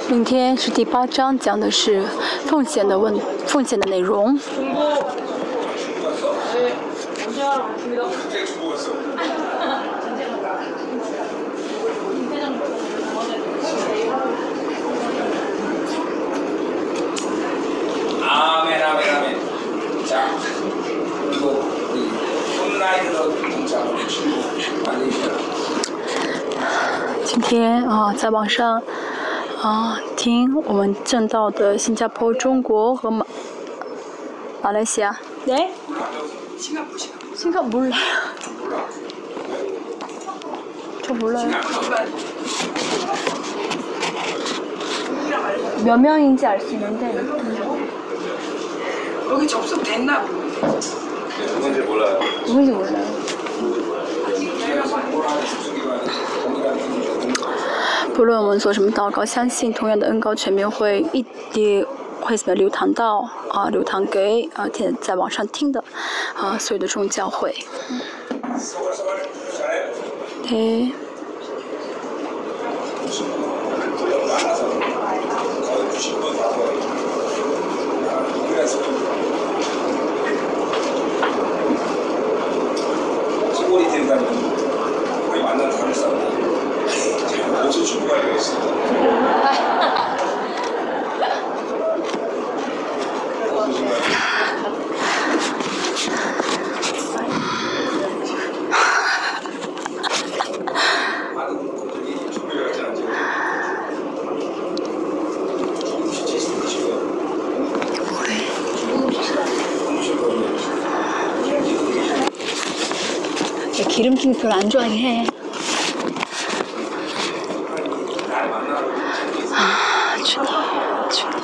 明天是第8章，讲的是奉献的内容。今天在网上听我们正道的新加坡、中国和马来西亚。네? 싱가포르 몰라요. 저 몰라요. 몇 명인지 알 수 있는데. 여기 접속됐나? 누군지 몰라요. 누군지 몰라요. 不论我们做什么祷告，相信同样的恩膏全面会一定会流淌到流淌给在网上听的所有的众教会。네. 기름진 별로 안 좋아하긴 해. 춥다.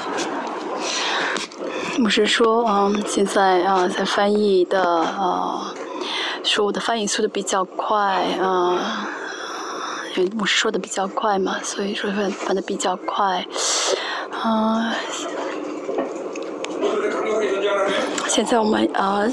牧师说，现在在翻译的说我的翻译速度比较快因为牧师说的比较快嘛，所以说翻的比较快现在我们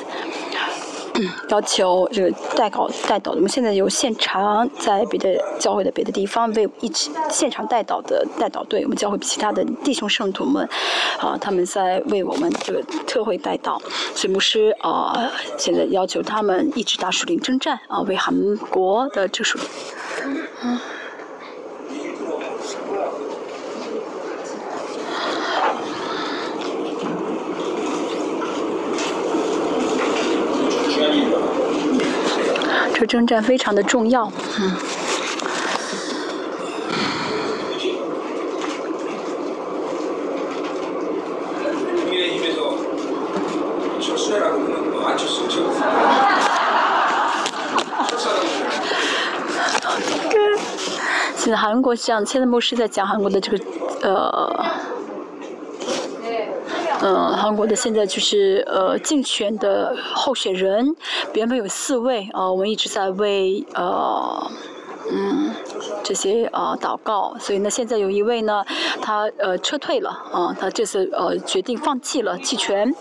要求这个代祷，我们现在有现场在别的教会的别的地方为一起现场代祷的代祷队，我们教会其他的弟兄圣徒们他们在为我们这个特会代祷，所以牧师现在要求他们一直打属灵征战为韩国的这属灵这征战非常的重要。现在韩国现在牧师在讲韩国的这个韩国的现在就是竞选的候选人，原本有4位我们一直在为这些祷告，所以呢，现在有一位呢，他撤退了他这次决定放弃了弃权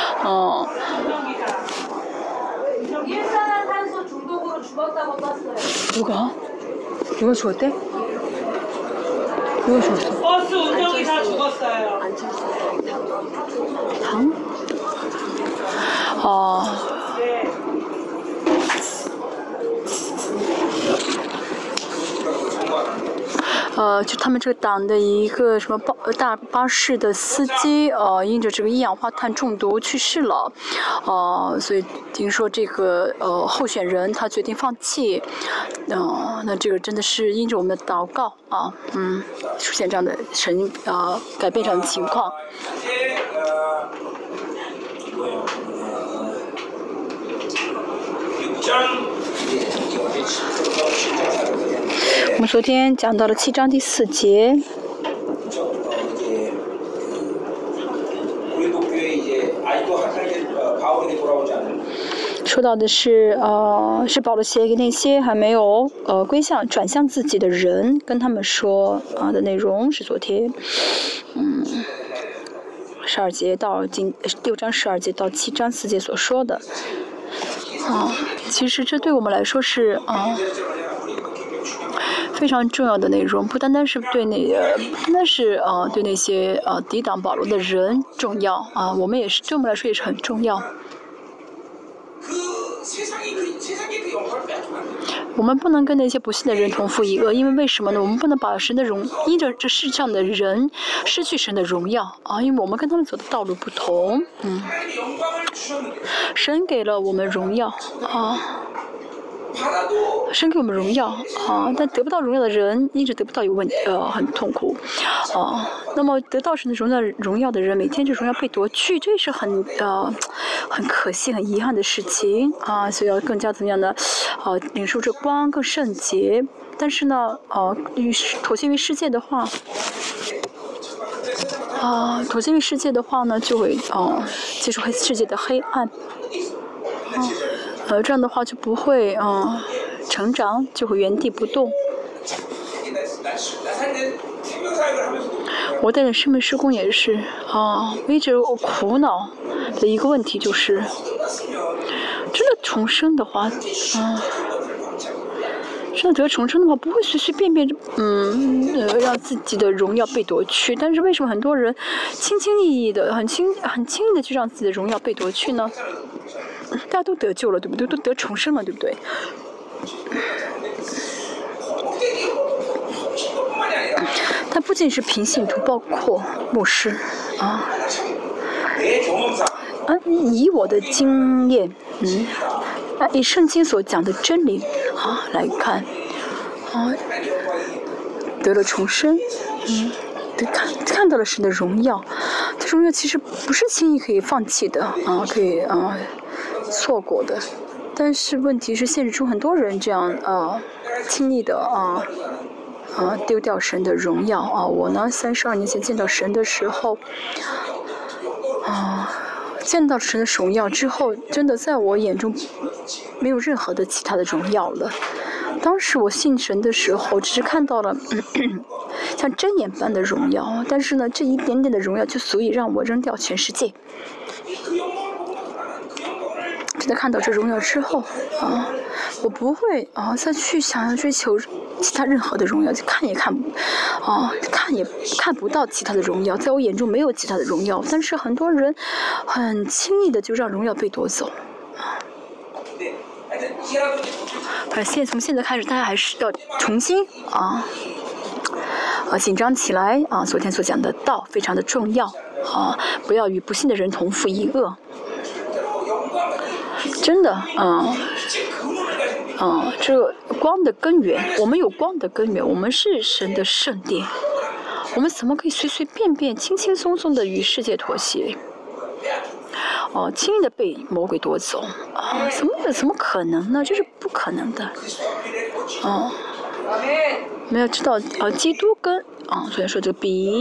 누가 죽었대? 누가 죽었어? 버스 운전이 다 죽었어요. 당? 네. 就他们这个党的一个什么大巴士的司机因着这个一氧化碳中毒去世了所以听说这个候选人他决定放弃那这个真的是因着我们的祷告出现这样的改变这样的情况。我们昨天讲到了7章第4节。说到的是是保罗写给那些还没有转向自己的人，跟他们说的内容是昨天12节到6章12节到7章4节所说的其实这对我们来说是非常重要的内容，不单单是对对那些抵挡保罗的人重要啊，我们也是对我们来说也是很重要。我们不能跟那些不信的人同负一恶，因为为什么呢？我们不能把神的因着这世上的人失去神的荣耀啊，因为我们跟他们走的道路不同。神给了我们荣耀啊。神给我们荣耀啊，但得不到荣耀的人因着得不到很痛苦啊。那么得到神的荣耀的人，每天这荣耀被夺去，这是很可惜、很遗憾的事情啊。所以要更加怎么样呢？领受这光更圣洁。但是呢，妥协于世界的话，妥协于世界的话呢，就会接受世界的黑暗。这样的话就不会成长，就会原地不动。我带领生命事工也是我一直苦恼的一个问题就是，真的重生的话，真的得重生的话，不会随随便便让自己的荣耀被夺去。但是为什么很多人轻轻易易的、很轻易的就让自己的荣耀被夺去呢？大家都得救了，对不对？都得重生了，对不对？他不仅是平信徒，包括牧师以我的经验，以圣经所讲的真理来看，得了重生，看到了神的荣耀，这荣耀其实不是轻易可以放弃的可以错过的。但是问题是，现实中很多人这样轻易的丢掉神的荣耀我呢，32年前见到神的时候见到神的荣耀之后，真的在我眼中没有任何的其他的荣耀了。当时我信神的时候，只是看到了像针眼般的荣耀，但是呢，这一点点的荣耀就足以让我扔掉全世界。真的看到这荣耀之后我不会再去想要追求其他任何的荣耀，就看也看不到其他的荣耀，在我眼中没有其他的荣耀。但是很多人很轻易的就让荣耀被夺走从现在开始，大家还是要重新紧张起来昨天所讲的道非常的重要不要与不信的人同负一恶。真的这个光的根源，我们有光的根源，我们是神的圣殿，我们怎么可以随随便便、轻轻松松的与世界妥协？轻易的被魔鬼夺走怎么可能呢？这是不可能的我们要知道基督跟昨天说这个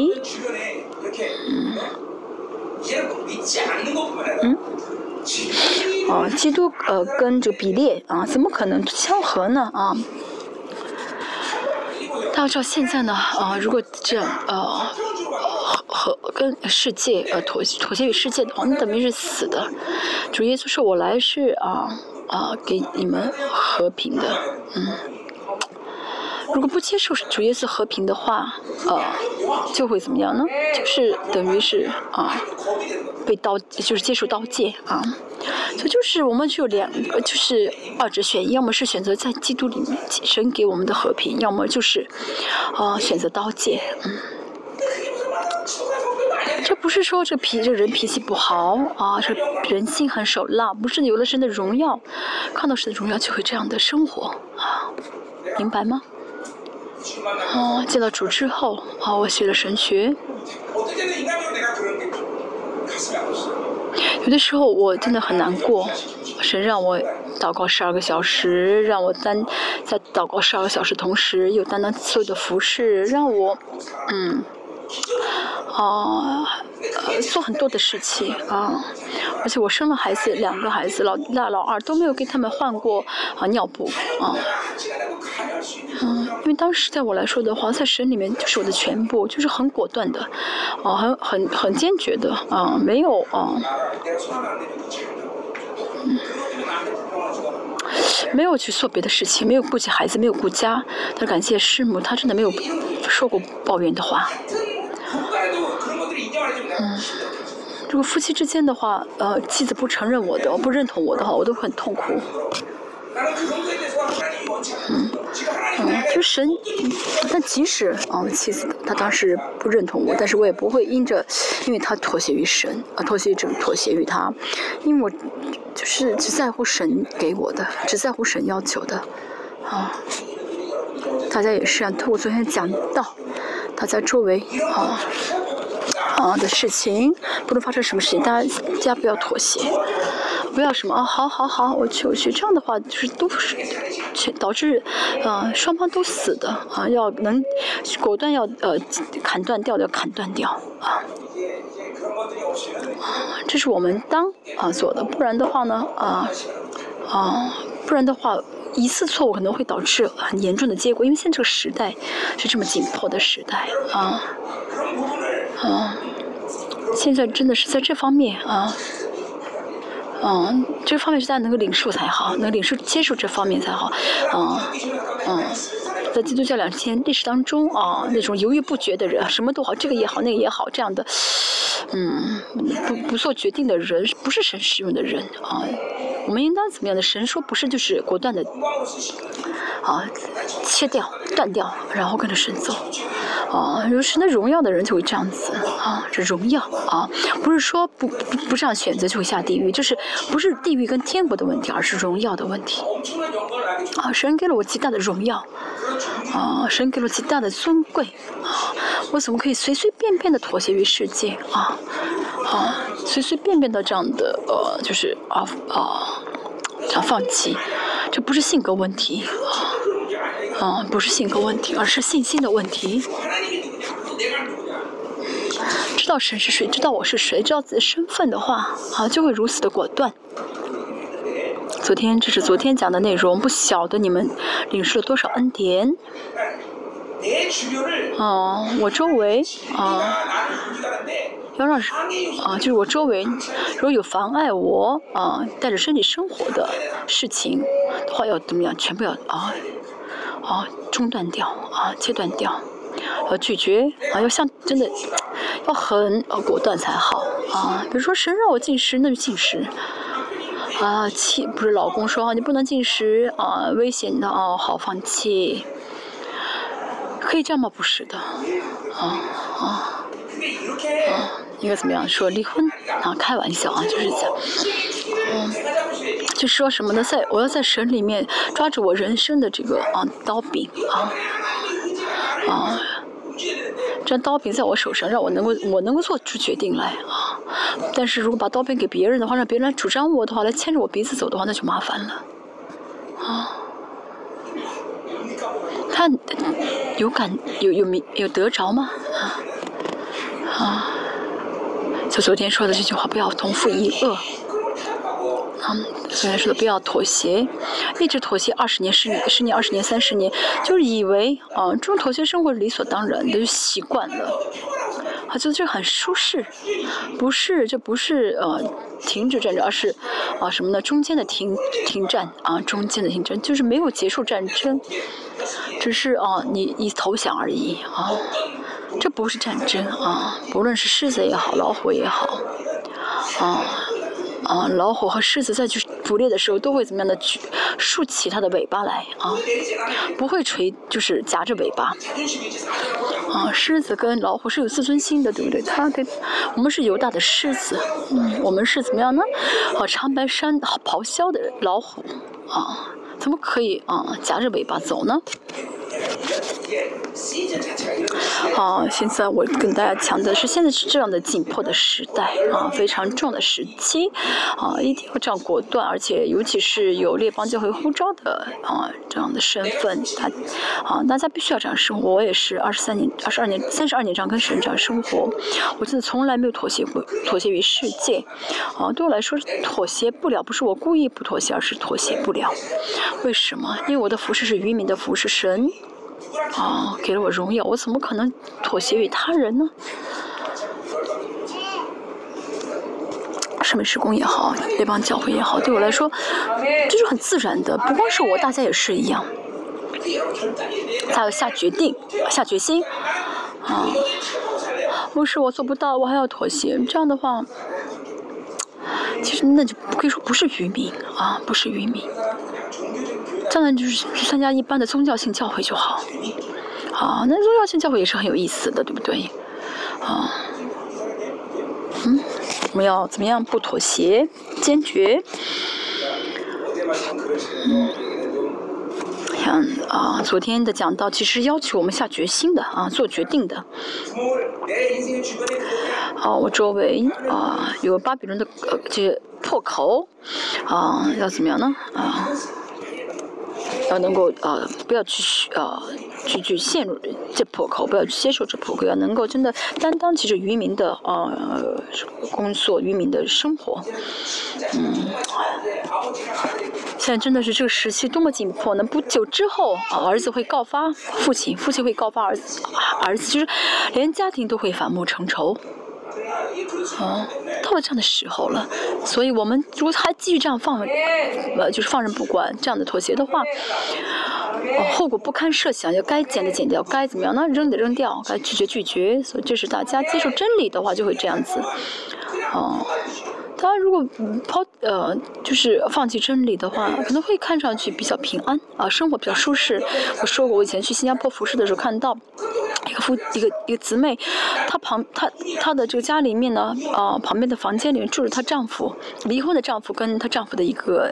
基督跟这个比列怎么可能相合呢大家知道现在呢如果这样跟世界妥协于世界的话，那等于是死的。主耶稣说：“我来是给你们和平的。”如果不接受主耶稣和平的话，就会怎么样呢？就是等于是就是接受刀戒所以就是我们就有两个，就是二者选一，要么是选择在基督里面神给我们的和平，要么就是选择刀戒。这不是说这人脾气不好这人心很手辣，不是有了神的荣耀，看到神的荣耀就会这样的生活明白吗？见到主之后我学了神学。有的时候我真的很难过，神让我祷告12个小时，让我在祷告12个小时同时又担当所有的服事，让我做很多的事情而且我生了孩子，2个孩子，老大老二都没有给他们换过尿布因为当时在我来说的话，在神里面就是我的全部，就是很果断的很坚决的没有没有去做别的事情，没有顾及孩子，没有顾家。但感谢师母，她真的没有说过抱怨的话。如果夫妻之间的话，妻子不承认我的，不认同我的话，我都会很痛苦。就是神，但即使妻子她当时不认同我，但是我也不会因为她妥协于神，妥协于他，因为我就是只在乎神给我的，只在乎神要求的，大家也是啊，我昨天讲到，大家周围的事情，不论发生什么事情，大家不要妥协，不要什么好，我去，这样的话就是都是导致双方都死的要能果断要砍断掉的要砍断掉这是我们当做的，不然的话呢不然的话。一次错误可能会导致很严重的结果，因为现在这个时代是这么紧迫的时代现在真的是在这方面这方面是大家能够领受才好，能领受接受这方面才好在基督教2000历史当中那种犹豫不决的人，什么都好，这个也好，那个也好，这样的不做决定的人，不是神使用的人我们应当怎么样的？神说不是就是果断的切掉、断掉，然后跟着神走有神的荣耀的人就会这样子这荣耀不是说不这样选择就会下地狱，这是不是地狱跟天国的问题，而是荣耀的问题神给了我极大的荣耀神给了我极大的尊贵我怎么可以随随便便的妥协于世界随随便便的这样的就是这样放弃，这不是性格问题不是性格问题，而是信心的问题。知道神是谁，知道我是谁，知道自己的身份的话就会如此的果断。这是昨天讲的内容，不晓得你们领受了多少恩典。我周围要让就是我周围如果有妨碍我带着身体生活的事情的话，要怎么样？全部要中断掉切断掉，要拒绝要像真的要很果断才好比如说神让我进食，那就进食。不是老公说你不能进食危险的好放弃，可以这样吗？不是的应该怎么样说离婚开玩笑就是讲就说什么呢？我要在神里面抓住我人生的这个刀柄这刀柄在我手上，让我能够做出决定来但是如果把刀柄给别人的话，让别人来主张我的话，来牵着我鼻子走的话，那就麻烦了他有得着吗？就昨天说的这句话，不要同父异恶。昨天说的不要妥协，一直妥协20年、10年、20年、30年，就是以为这种妥协生活是理所当然的，就习惯了。觉得这很舒适，这不是停止战争，而是什么呢？中间的停战中间的停战就是没有结束战争，只是你投降而已这不是战争不论是狮子也好，老虎也好老虎和狮子在去捕猎的时候都会怎么样的竖起它的尾巴来不会就是夹着尾巴狮子跟老虎是有自尊心的，对不对？我们是犹大的狮子我们是怎么样呢长白山咆哮的老虎怎么可以夹着尾巴走呢？现在我跟大家强调的是，现在是这样的紧迫的时代非常重的时期一定要这样果断，而且尤其是有列邦教会呼召的这样的身份，大家必须要这样生活。我也是32年这样跟神这样生活，我真的从来没有妥协于世界对我来说妥协不了，不是我故意不妥协，而是妥协不了。为什么？因为我的服事是渔民的服事，神给了我荣耀，我怎么可能妥协于他人呢？ 圣美事工也好，列邦教会也好，对我来说，这是很自然的。不光是我，大家也是一样。还要下决定、下决心啊！不是我做不到，我还要妥协。这样的话，其实那就可以说不是渔民啊，不是渔民。这样就是去参加一般的宗教性教会就好。啊，那宗教性教会也是很有意思的，对不对？啊，我们要怎么样不妥协、坚决？像昨天的讲到，其实要求我们下决心的啊，做决定的。我周围有巴比伦的这些破口要怎么样呢？要能够不要去陷入这破口，不要去接受这破口，要能够真的担当起这渔民的工作，渔民的生活。现在真的是这个时期多么紧迫呢？不久之后儿子会告发父亲，父亲会告发儿子，就是连家庭都会反目成仇。到了这样的时候了，所以我们如果还继续这样就是放任不管，这样的妥协的话，后果不堪设想。要该减的减掉，该怎么样呢？扔的扔掉，该拒绝拒绝。所以这是大家接受真理的话，就会这样子。他如果就是放弃真理的话，可能会看上去比较平安生活比较舒适。我说过，我以前去新加坡服侍的时候，看到一个姊妹，她的这个家里面呢，旁边的房间里面住着她丈夫，离婚的丈夫跟她丈夫的一个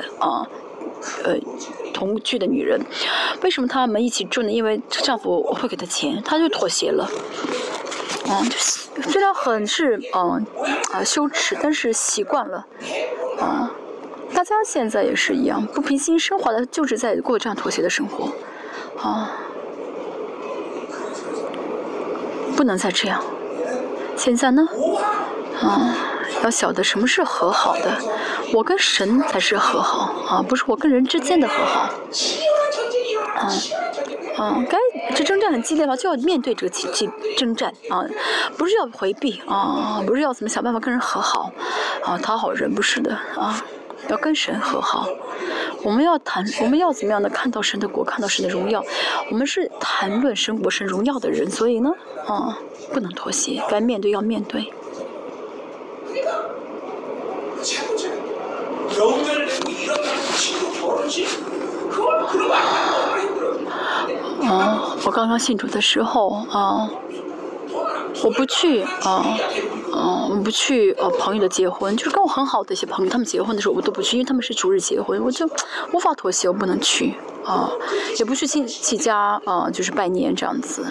同居的女人。为什么他们一起住呢？因为丈夫会给她钱，她就妥协了。虽然很是羞耻，但是习惯了。大家现在也是一样，不平心生活的，就是在过这样妥协的生活。不能再这样。现在呢，要晓得什么是和好的，我跟神才是和好不是我跟人之间的和好。这征战很激烈的话，就要面对这个征战不是要回避不是要怎么想办法跟人和好讨好人，不是的要跟神和好。我们要怎么样的看到神的国，看到神的荣耀？我们是谈论神国、神荣耀的人，所以呢不能妥协，该面对要面对。我刚刚信主的时候我不去朋友的结婚，就是跟我很好的一些朋友，他们结婚的时候我都不去，因为他们是主日结婚，我就无法妥协，我不能去也不去亲戚家就是拜年这样子。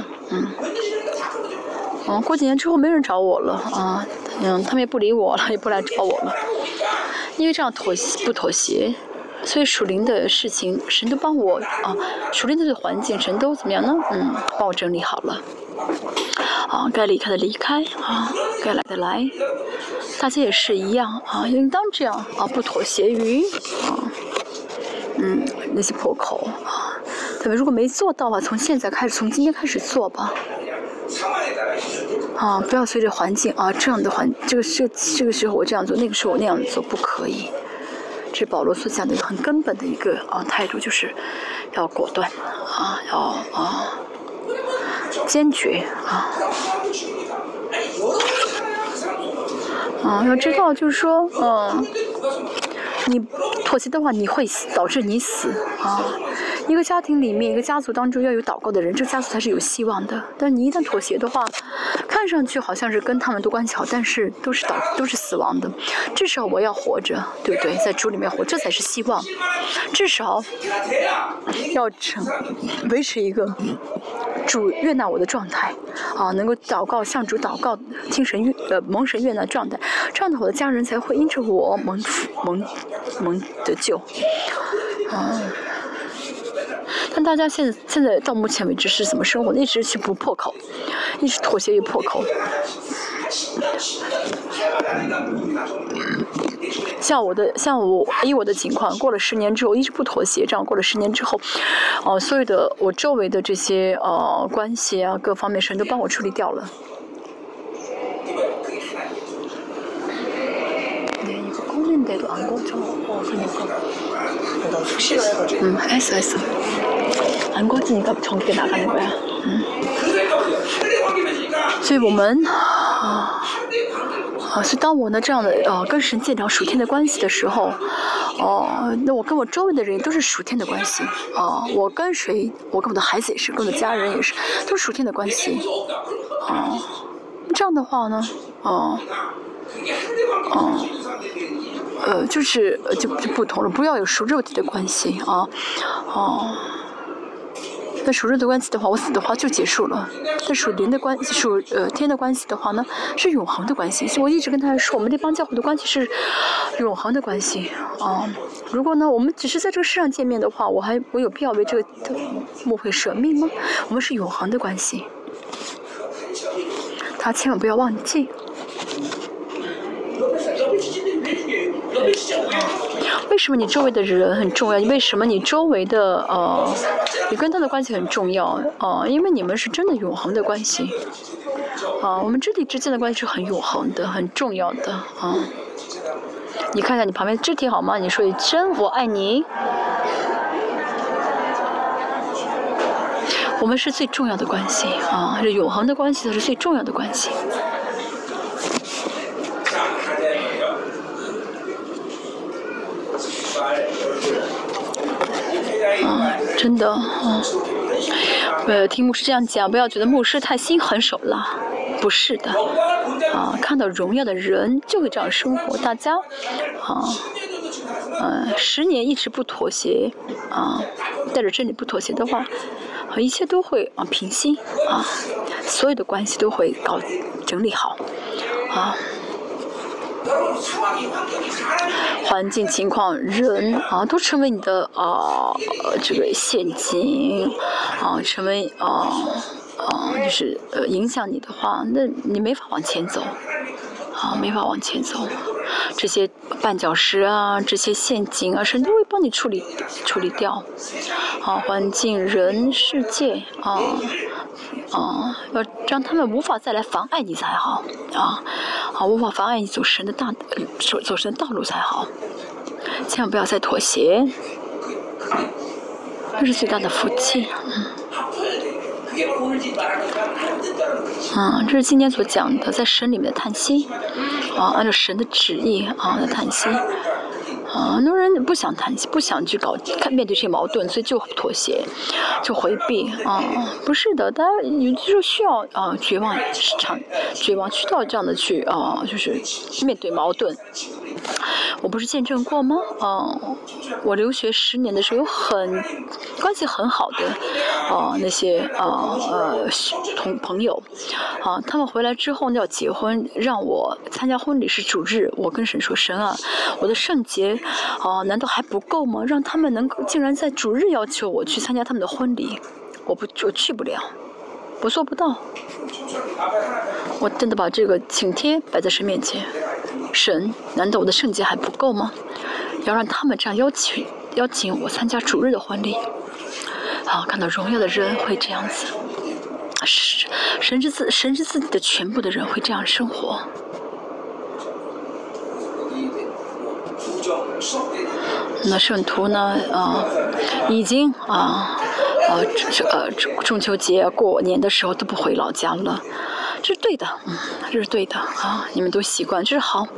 过几年之后没人找我了他们也不理我了，也不来找我了，因为这样不妥协。所以属灵的事情，神都帮我属灵的环境，神都怎么样呢？帮我整理好了。该离开的离开该来的来，大家也是一样应当这样不妥协于那些破口咱们如果没做到从今天开始做吧。不要随着环境这样的这个时候我这样做，那个时候我那样做，不可以。这是保罗所讲的一个很根本的一个态度，就是要果断要坚决要知道就是说你妥协的话，你会导致你死一个家庭里面，一个家族当中要有祷告的人，这个家族才是有希望的。但是你一旦妥协的话，看上去好像是跟他们都关系好，但是都是死亡的。至少我要活着，对不对？在主里面活，这才是希望。至少要维持一个主悦纳我的状态能够祷告，向主祷告，蒙神悦纳状态，这样的我的家人才会因着我蒙得救但大家现在到目前为止是怎么生活的？一直去不破口，一直妥协于破口。以我的情况，过了10年之后一直不妥协，这样过了10年之后，所有的我周围的这些关系各方面神都帮我处理掉了。 했는데도 안 꺼져. 그러니까. 나 푹신해가지고. 했어. 안 꺼지니까 전기가 나가는 거야. 所以我们所以当我呢这样的跟神建立属天的关系的时候，那我跟我周围的人都是属天的关系我跟谁，我跟我的孩子也是，跟我的家人也是，都是属天的关系这样的话呢，就不同了，不要有属肉体的关系那属肉的关系的话，我死的话就结束了。但属灵的关系，属天的关系的话呢，是永恒的关系。所以我一直跟大家说，我们这帮教会的关系是永恒的关系如果呢，我们只是在这个世上见面的话，我有必要为这个牧会舍命吗？我们是永恒的关系，他千万不要忘记。为什么你周围的人很重要？为什么你周围的你跟他的关系很重要因为你们是真的永恒的关系我们肢体之间的关系是很永恒的，很重要的你看一下你旁边肢体好吗？你说一声我爱你。我们是最重要的关系是永恒的关系，是最重要的关系。真的听牧师这样讲，不要觉得牧师太心狠手辣，不是的看到荣耀的人就会这样生活。大家10年一直不妥协带着真理不妥协的话一切都会平息所有的关系都会整理好环境情况人都成为你的这个陷阱成为就是影响你的话，那你没法往前走没法往前走。这些绊脚石这些陷阱神都会帮你处理掉环境人世界要让他们无法再来妨碍你才好无法妨碍你走神的道路才好。千万不要再妥协，这是最大的福气这是今天所讲的，在神里面的叹息按照神的旨意的叹息很多人不想叹息，不想去面对这些矛盾，所以就妥协，就回避不是的，大家有的时候需要绝望，需要这样的去就是面对矛盾。我不是见证过吗我留学10年的时候，关系很好的那些朋友他们回来之后要结婚，让我参加婚礼是主日。我跟神说，神我的圣洁难道还不够吗？让他们竟然在主日要求我去参加他们的婚礼，我去不了，我做不到。我真的把这个请帖摆在神面前，神，难道我的圣洁还不够吗？要让他们这样邀请我参加主日的婚礼看到荣耀的人会这样子，神是自己的全部的人会这样生活。那圣徒呢已经中秋节过年的时候都不回老家了，这是对的这是对的你们都习惯，这是好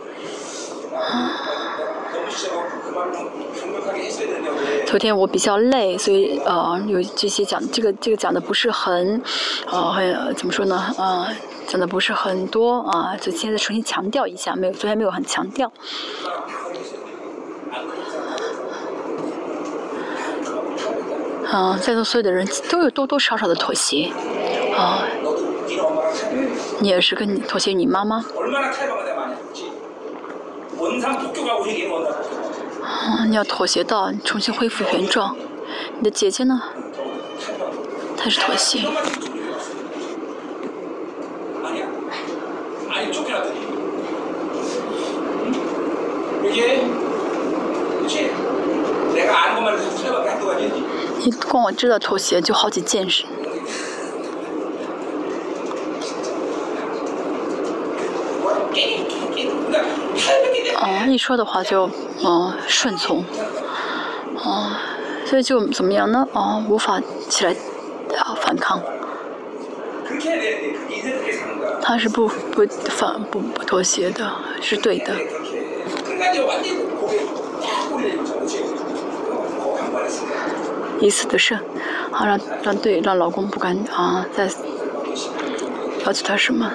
昨天我比较累，所以有这些讲这个讲的不是很怎么说呢讲的不是很多就现在重新强调一下，昨天没有很强调。在座所有的人都有多多少少的妥协你也是妥协你妈妈你要妥协到重新恢复原状。你的姐姐呢？她是妥协。你光我知道妥协就好几件事。 一说的话就顺从，所以就怎么样呢？无法起来反抗。他是不妥协的，是对的。以死得胜，让老公不敢再要求他什么。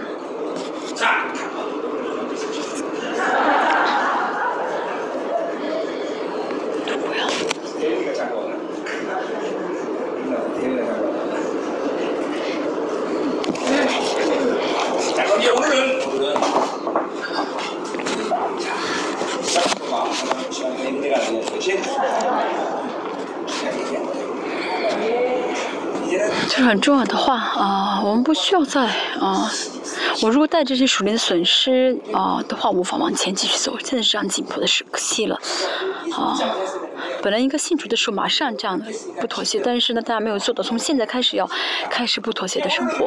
这是很重要的话我们不需要再我如果带着这些属灵的损失的话，无法往前继续走。现在是这样紧迫的时期了本来应该信主的时候马上这样不妥协，但是呢，大家没有做到，从现在开始要开始不妥协的生活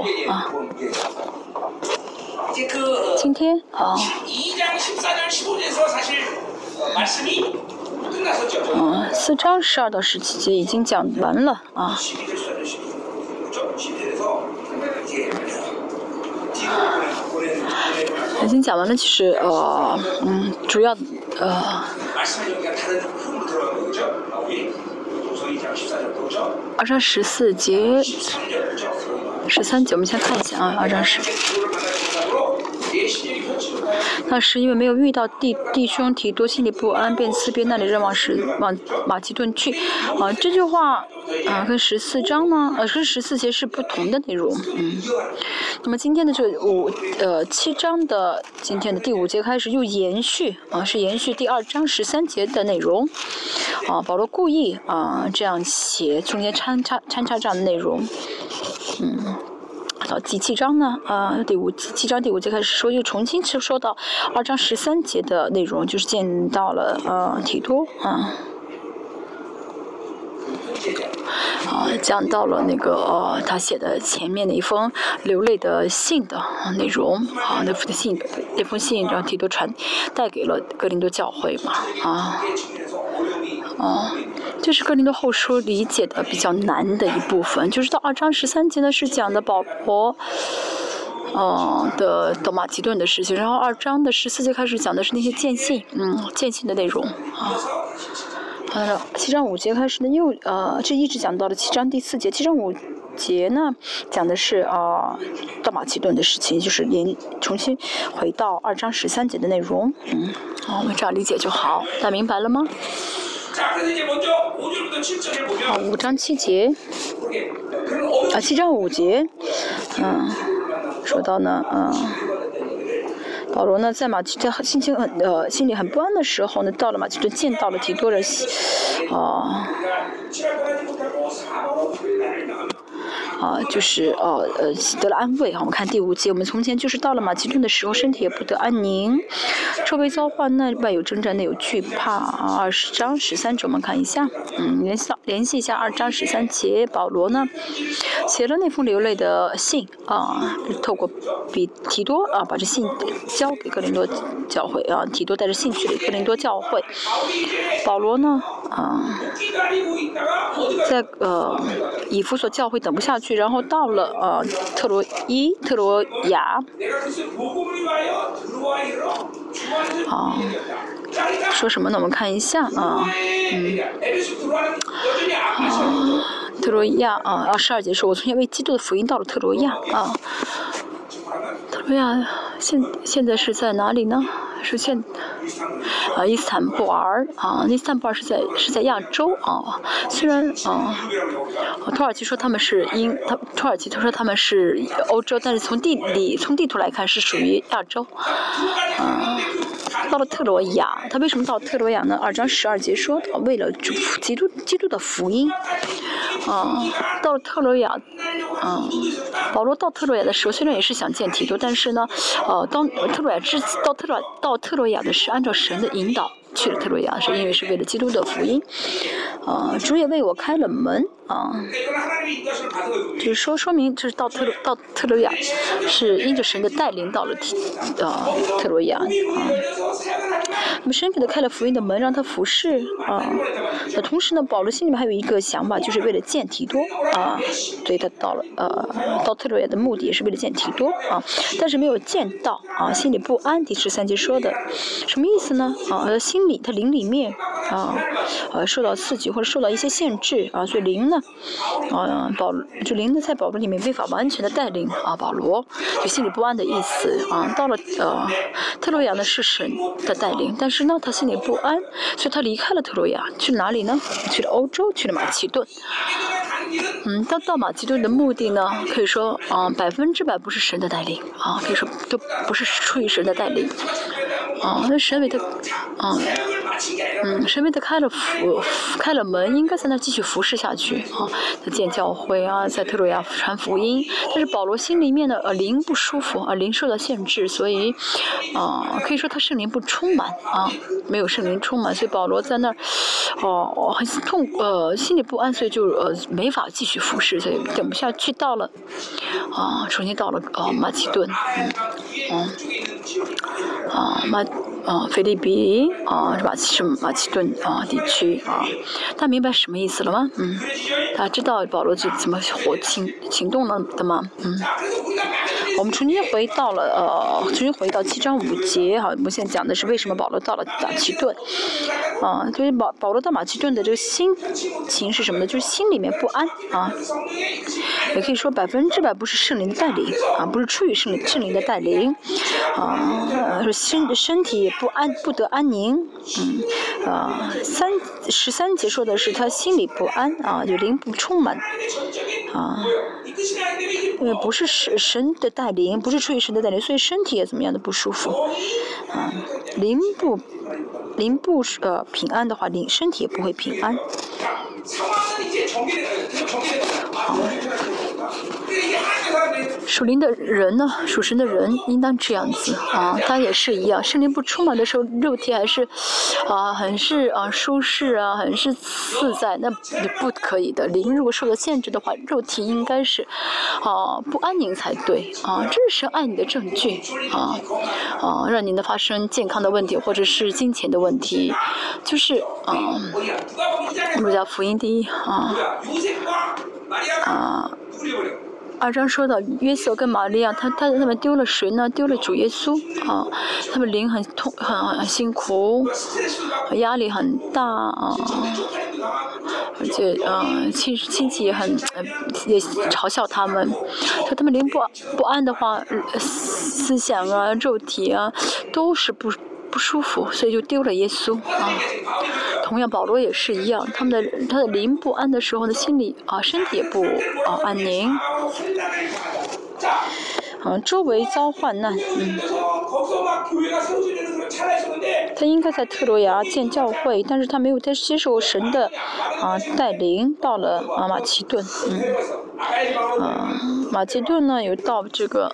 今天4章12到17节已经讲完了已经讲完了，其实主要2章14节、13节，我们先看一下2章10。那是因为没有遇到弟兄提多，心里不安，便辞别那里，往马其顿去。这句话跟14章呢，跟14节是不同的内容。那么今天的这7章的今天的第5节开始又延续是延续第2章13节的内容。保罗故意这样写，中间掺插这样的内容。到第7章呢7章第5节开始说，又重新说到2章13节的内容，就是见到了提多讲到了那个他写的前面的一封流泪的信的内容那封信让提多带给了哥林多教会嘛这是哥林多后书理解的比较难的一部分，就是到2章13节呢是讲的保罗的马其顿的事情，然后2章的14节开始讲的是那些见信的内容7章5节开始呢这一直讲到了7章第4节，7章5节呢讲的是到马其顿的事情，就是重新回到2章13节的内容我们这样理解就好，大家明白了吗？5章7节7章5节说到呢保罗呢在心里很不安的时候呢，到了马其顿见到了提多的就是得了安慰我们看第5节，我们从前就是到了马其顿的时候，身体也不得安宁，周围遭患难，外有征战，内有惧怕20章13节我们看一下联系一下2章13节，保罗呢写了那封流泪的信透过提多把这信交给哥林多教会提多带着信去哥林多教会，保罗呢在以弗所教会等不下去，然后到了特罗亚说什么呢？我们看一下特罗亚12节说，我从前为基督的福音到了特罗亚特罗亚现在是在哪里呢？是伊斯坦布尔伊斯坦布尔是在亚洲虽然土耳其说他们是土耳其他说他们是欧洲，但是从地图来看是属于亚洲到了特罗亚，他为什么到特罗亚呢？2章12节说为了基督的福音到了特罗亚保罗到特罗亚的时候，虽然也是想见提多，但是呢到特罗亚的是按照神的引导去了特洛亚，是因为是为了基督的福音。主也为我开了门啊。就是说明就是到特洛亚是因着神的带领到了特洛亚啊。那么神给他开了福音的门，让他服侍啊。同时呢，保罗心里面还有一个想法，就是为了见提多啊，所以他到特洛亚的目的也是为了见提多啊，但是没有见到啊，心里不安。第13节说的什么意思呢？心里他灵里面受到刺激或者受到一些限制啊，所以灵呢灵呢在保罗里面没法完全的带领啊，保罗就心里不安的意思啊。到了特洛亚呢是神的带领，但是呢他心里不安，所以他离开了特洛亚，去哪里呢？去了欧洲，去了马其顿。到马其顿的目的呢，可以说100%不是神的带领啊，可以说都不是出于神的带领那神为他神为他开了门，应该在那继续服侍下去在建教会啊，在特洛亚传福音。但是保罗心里面的灵不舒服灵受到限制，所以可以说他圣灵不充满没有圣灵充满，所以保罗在那儿很心里不安，所以就没法继续服侍，所以等不下去，到了重新到了马其顿菲律宾是马其顿地区大家明白什么意思了吗？大家知道保罗是怎么行动了的吗？我们重新回到7章5节我们现在讲的是为什么保罗到了马其顿就是保罗到马其顿的这个心情是什么呢？就是心里面不安也可以说100%不是圣灵的带领不是出于圣灵的带领身体也不安，不得安宁13节说的是他心里不安有灵不充满因为不是神的带领，不是出于神的带领，所以身体也怎么样的不舒服灵不平安的话，身体也不会平安属灵的人呢，属神的人应当这样子他也是一样，圣灵不充满的时候，肉体还是很是舒适很是自在，那不可以的。灵如果受到限制的话，肉体应该是不安宁才对这是神爱你的证据让你能发生健康的问题或者是金钱的问题，就是路加福音第2章说到约瑟跟玛利亚，他们丢了谁呢？丢了主耶稣他们灵很辛苦，压力很大而且亲戚也也嘲笑他们，说他们灵不安的话，思想肉体都是不舒服，所以就丢了耶稣同样保罗也是一样，他的灵不安的时候呢，心里身体也不安宁周围遭患难他应该在特洛亚建教会，但是他没有接受神的带领，到了马其顿马其顿呢有到这个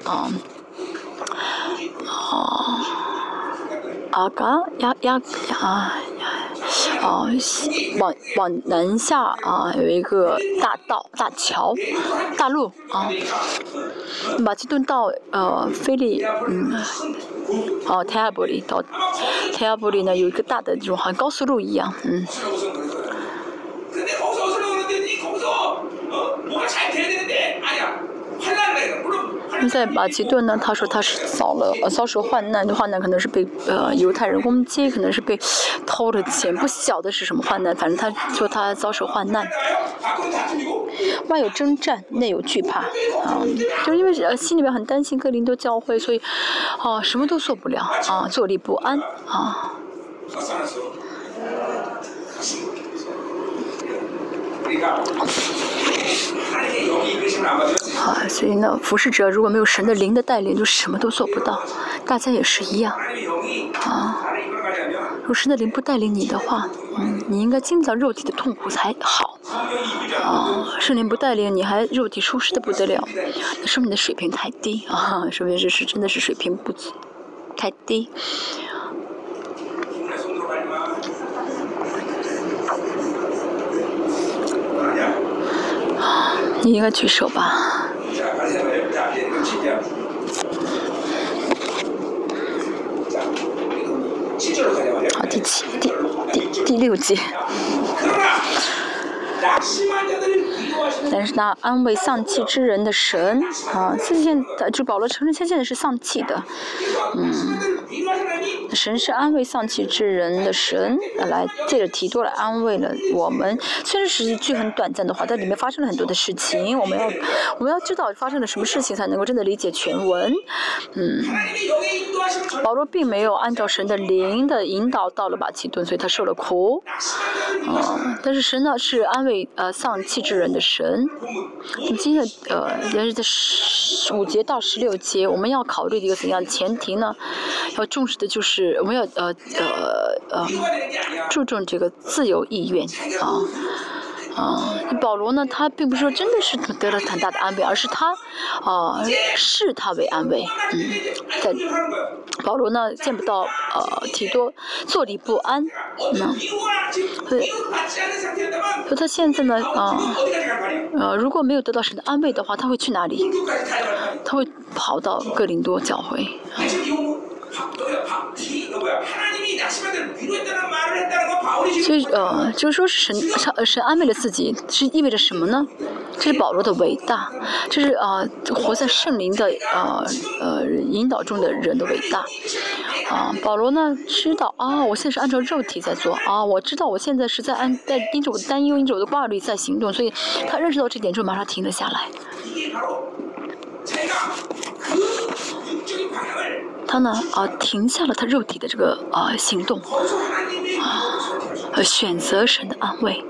往南下有一个大桥大路马其顿到泰亚波利，到泰亚波利呢有一个大的这种好像高速路一样在马其顿呢，他说他是遭受患难，患难可能是被犹太人攻击，可能是被偷了钱，不晓得是什么患难，反正他说他遭受患难。外有征战，内有惧怕就是因为心里面很担心哥林多教会，所以什么都做不了坐立不安所以呢，服侍者如果没有神的灵的带领，就什么都做不到。大家也是一样如果神的灵不带领你的话，你应该经历到肉体的痛苦才好圣灵不带领你，还肉体舒适的不得了，那说明你的水平太低说明真的是水平太低。 你应该举手吧。好，第6节。但是那安慰丧气之人的神啊，就保罗承认现在是丧气的，神是安慰丧气之人的神，来借着提多来安慰了我们。虽然是一句很短暂的话，但里面发生了很多的事情，我们要知道发生了什么事情，才能够真的理解全文。保罗并没有按照神的灵的引导到了马其顿，所以他受了苦。但是神呢是安慰丧气之人的神。今天也是在5节到16节，我们要考虑的一个怎样的前提呢？要重视的就是我们要注重这个自由意愿保罗呢，他并不是说真的是得了很大的安慰，而是他视他为安慰。在保罗呢见不到提多坐立不安，所以他现在呢如果没有得到神的安慰的话，他会去哪里？他会跑到哥林多教会。所以就是说神安慰了自己，是意味着什么呢？这是保罗的伟大，这是活在圣灵的引导中的人的伟大。保罗呢知道我现在是按照肉体在做我知道我现在是在因着我的担忧，因着我的挂虑在行动，所以他认识到这点之后马上停了下来。他呢停下了他肉体的这个行动选择神的安慰。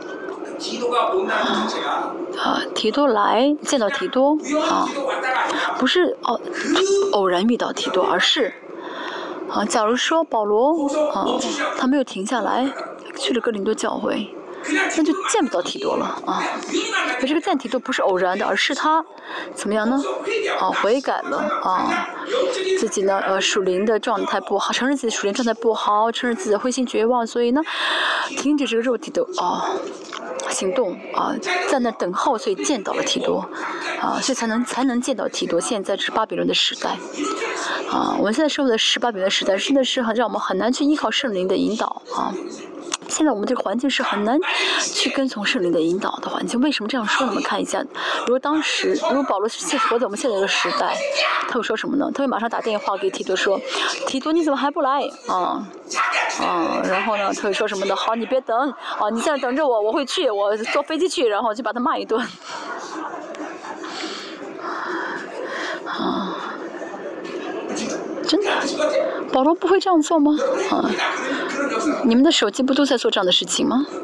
提多来见到提多不是偶然遇到提多，而是假如说保罗他没有停下来去了哥林多教会，那就见不到提多了可这个见提多不是偶然的，而是他怎么样呢？悔改了自己呢属灵的状态不好，承认自己属灵状态不好，承认自己的灰心绝望，所以呢停止这个肉体的行动在那等候，所以见到了提多所以才能见到提多。现在是巴比伦的时代我们现在生活的是巴比伦的时代，真的是让我们很难去依靠圣灵的引导现在我们这个环境是很难去跟从圣灵的引导的环境。为什么这样说呢？我们看一下，如果保罗是活在我们现在这个时代，他会说什么呢？他会马上打电话给提多说：“提多，你怎么还不来？”然后呢，他会说什么呢？好，你别等你在这等着我，我会去，我坐飞机去，然后就把他骂一顿。真的，保罗不会这样做吗？你们的手机不都在做这样的事情吗？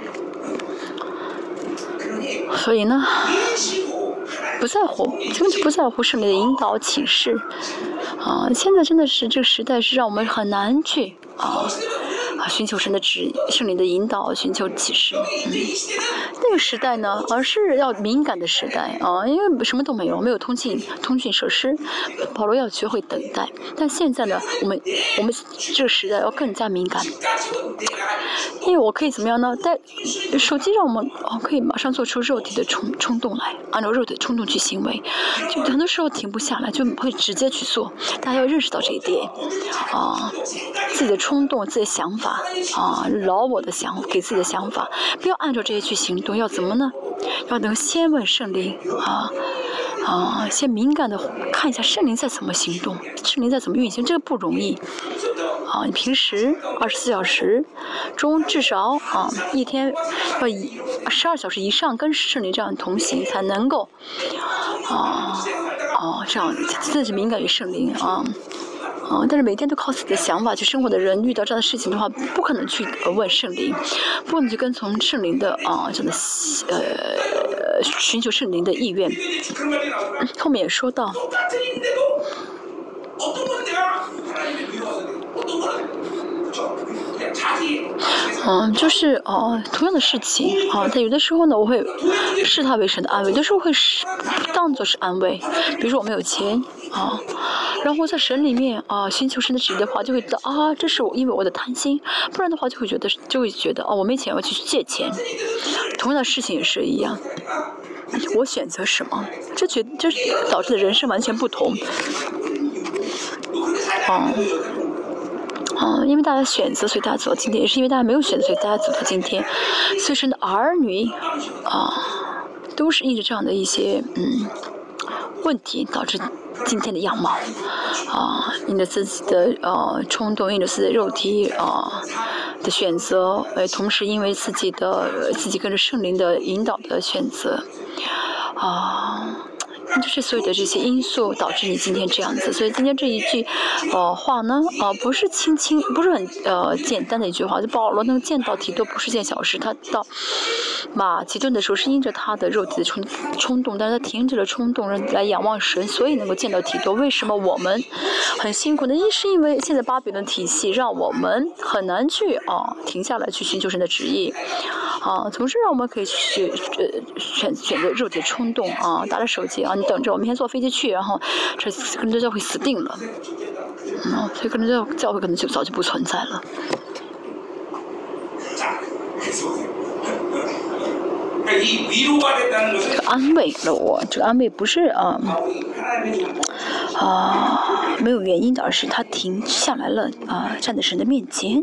所以呢，不在乎，根本就不在乎圣灵的引导启示现在真的是这个时代是让我们很难去寻求神的圣灵的引导，寻求启示。那个时代呢，而是要敏感的时代因为什么都没有通讯设施，保罗要学会等待。但现在呢，我们这个时代要更加敏感，因为我可以怎么样呢？手机让我们可以马上做出肉体的冲动来，按照肉体的冲动去行为，就很多时候停不下来，就会直接去做。大家要认识到这一点自己的冲动、自己的想法老我的给自己的想法，不要按照这些去行动。要怎么呢？要能先问圣灵先敏感的看一下圣灵在怎么行动，圣灵在怎么运行，这个不容易你平时24小时中至少一天要12小时以上跟圣灵这样同行，才能够这样自己敏感于圣灵但是每天都靠自己的想法去生活的人，遇到这样的事情的话，不可能去问圣灵，不可能去跟从圣灵的这样的寻求圣灵的意愿。后面也说到，就是同样的事情但有的时候呢，我会视它为神的安慰，有的时候会当作是安慰。比如说我没有钱然后在神里面寻求神的旨意的话，就会觉得这是因为我的贪心，不然的话就会觉得我没钱，我要去借钱。 同样的事情也是一样，我选择什么，这导致的人生完全不同。因为大家选择，所以大家走到今天；也是因为大家没有选择，所以大家走到今天。所以神的儿女都是因着这样的一些问题导致今天的样貌因着自己的冲动，因着自己的肉体的选择，同时因为自己跟着圣灵的引导的选择就是所有的这些因素导致你今天这样子，所以今天这一句话呢不是不是很简单的一句话。就保罗能见到提多不是件小事，他到马其顿的时候是因着他的肉体的冲动，但是他停止了冲动来仰望神，所以能够见到提多。为什么我们很辛苦呢？是因为现在巴比伦体系让我们很难去停下来去寻求神的旨意总是让我们可以去选择肉体的冲动打着手机你等着我明天坐飞机去，然后这个人教会死定了所以个人教会可能就早就不存在了。这个安慰了我，这个安慰不是没有原因的，而是他停下来了站在神的面前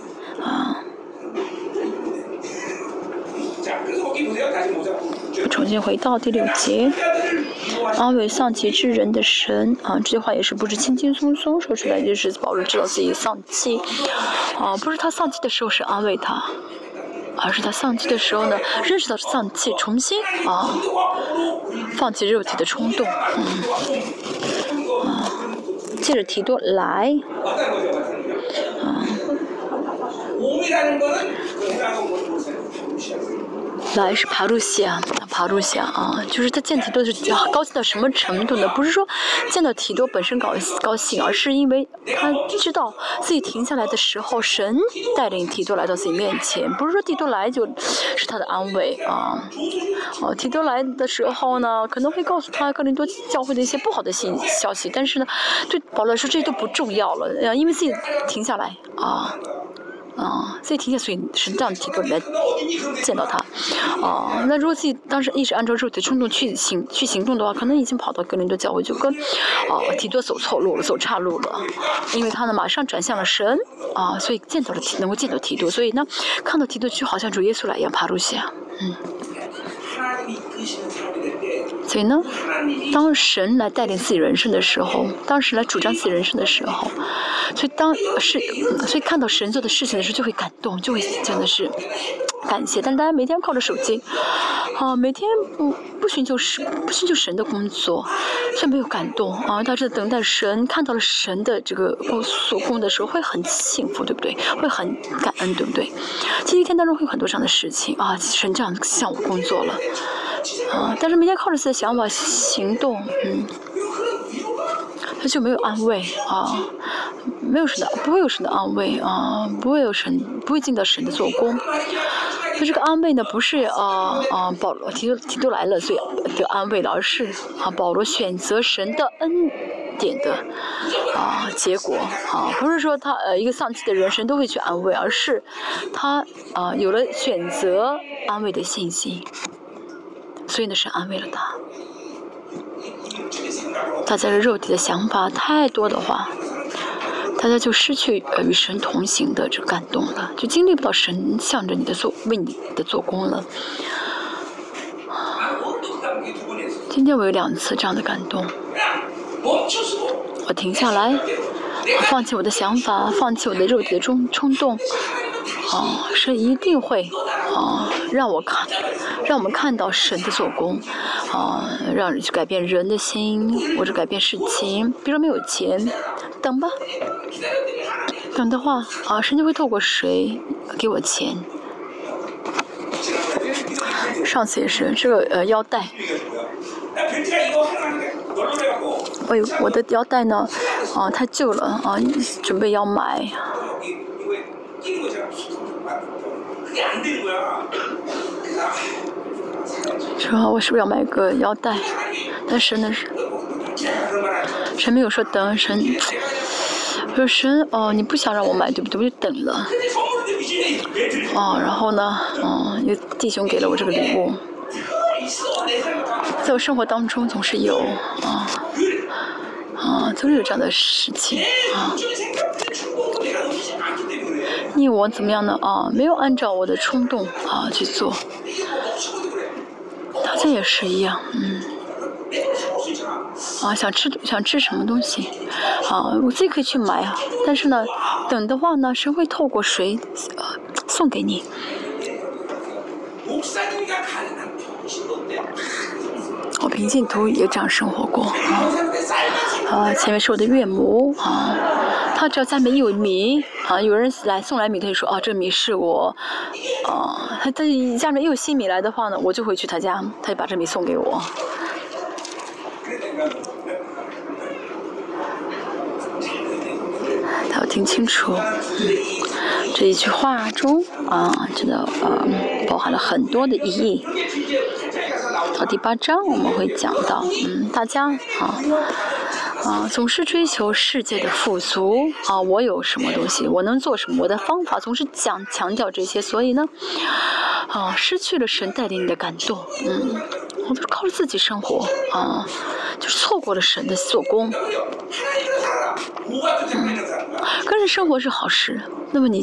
重新回到第6节，安慰丧气之人的神这句话也是不是轻轻松松说出来，就是保罗知道自己丧气不是他丧气的时候是安慰他，而是他丧气的时候呢，认识到丧气，重新放弃肉体的冲动借着提多来来是爬入西就是他见提多是高兴到什么程度呢？不是说见到提多本身高兴，而是因为他知道自己停下来的时候，神带领提多来到自己面前，不是说提多来就是他的安慰提多来的时候呢，可能会告诉他哥林多教会的一些不好的消息，但是呢，对保罗来说这些都不重要了因为自己停下来自己停下，所以神这样提多来见到他那如果自己当时一直按照肉体冲动去行动的话，可能已经跑到哥林多教会，就跟提多走错路了，走岔路了，因为他呢马上转向了神所以能够见到提多，所以呢看到提多就好像主耶稣来一样爬入下所以呢，当神来带领自己人生的时候，当神来主张自己人生的时候，所以看到神做的事情的时候就会感动，就会真的是感谢。但是大家每天靠着手机每天不寻求神的工作，所以没有感动大家等待神，看到了神的这个所工的时候会很幸福，对不对？会很感恩，对不对？其实一天当中会有很多这样的事情神这样向我工作了但是每天靠着自己的想法行动他就没有安慰不会有神的安慰不会进到神的做工。所以这个安慰呢，不是保罗提多来了所以得安慰了，而是保罗选择神的恩典的结果不是说他一个丧气的人神都会去安慰，而是他有了选择安慰的信心，所以呢神安慰了他。大家的肉体的想法太多的话，大家就失去与神同行的这感动了，就经历不到神向着你的为你的做工了。今天我有2次这样的感动，我停下来放弃我的想法，放弃我的肉体的冲动神一定会让我们看到神的做工让人去改变人的心，或者改变事情。比如说没有钱，等吧，等的话神就会透过谁给我钱。上次也是这个腰带我的腰带呢太旧了准备要买说我是不是要买个腰带，但是呢神没有说等，神说神你不想让我买对不对，我就等了然后呢，有弟兄给了我这个礼物，在我生活当中总是有总是有这样的事情你我怎么样呢？没有按照我的冲动去做，大家也是一样，想吃什么东西，我自己可以去买但是呢，等的话呢，神会透过谁送给你。我平静图也这样生活过前面是我的岳母他只要家里面有米有人送来米，他就说这米是我他家里面又有新米来的话呢，我就会去他家，他就把这米送给我。他要听清楚，这一句话中真的包含了很多的意义。到第8章我们会讲到，大家总是追求世界的富足我有什么东西，我能做什么，我的方法总是强调这些，所以呢，失去了神带领你的感动，我都是靠着自己生活就是错过了神的做工。跟着生活是好事，那么你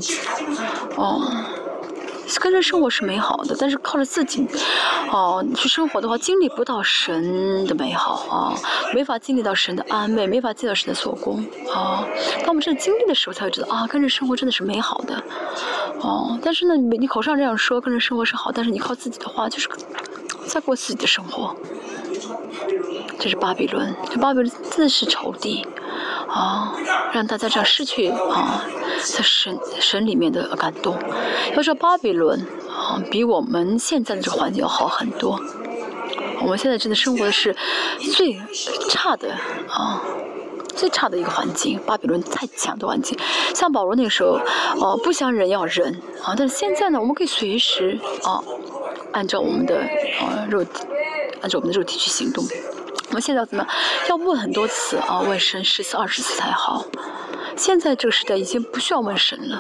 跟着生活是美好的，但是靠着自己去生活的话，经历不到神的美好没法经历到神的安慰，没法经历到神的做工当我们真的经历的时候，才会知道跟着生活真的是美好的但是呢，你口上这样说跟着生活是好，但是你靠自己的话，就是在过自己的生活。这是巴比伦，这巴比伦真的是仇敌让大家这样失去在神里面的感动。要知道巴比伦比我们现在的这个环境要好很多。我们现在真的生活的是最差的最差的一个环境，巴比伦太强的环境。像保罗那个时候不想忍要忍但是现在呢，我们可以随时按照我们的肉体去行动。我们现在要怎么样？要问很多次问神10次20次才好。现在这个时代已经不需要问神了。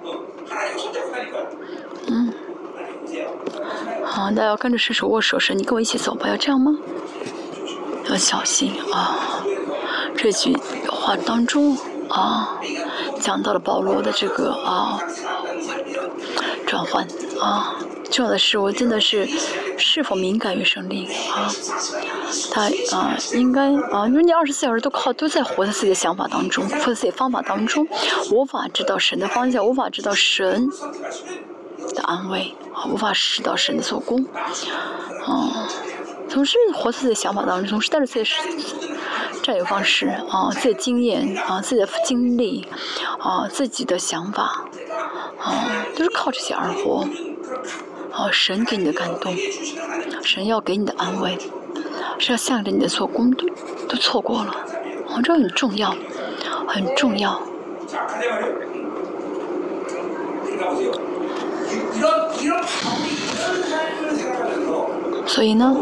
大家要跟着神手握手，神你跟我一起走吧，要这样吗？要小心这句话当中讲到了保罗的这个转换重要的是我真的是否敏感于圣灵他应该如果你24小时都在活在自己的想法当中，活在自己的方法当中，无法知道神的方向，无法知道神的安慰无法知道神的做工总是活在自己的想法当中，总是带着自己的占有方式自己的经验自己的经历自己的想法都是靠这些而活神给你的感动，神要给你的安慰，是要向着你的做工都错过了这很重要，很重要。所以呢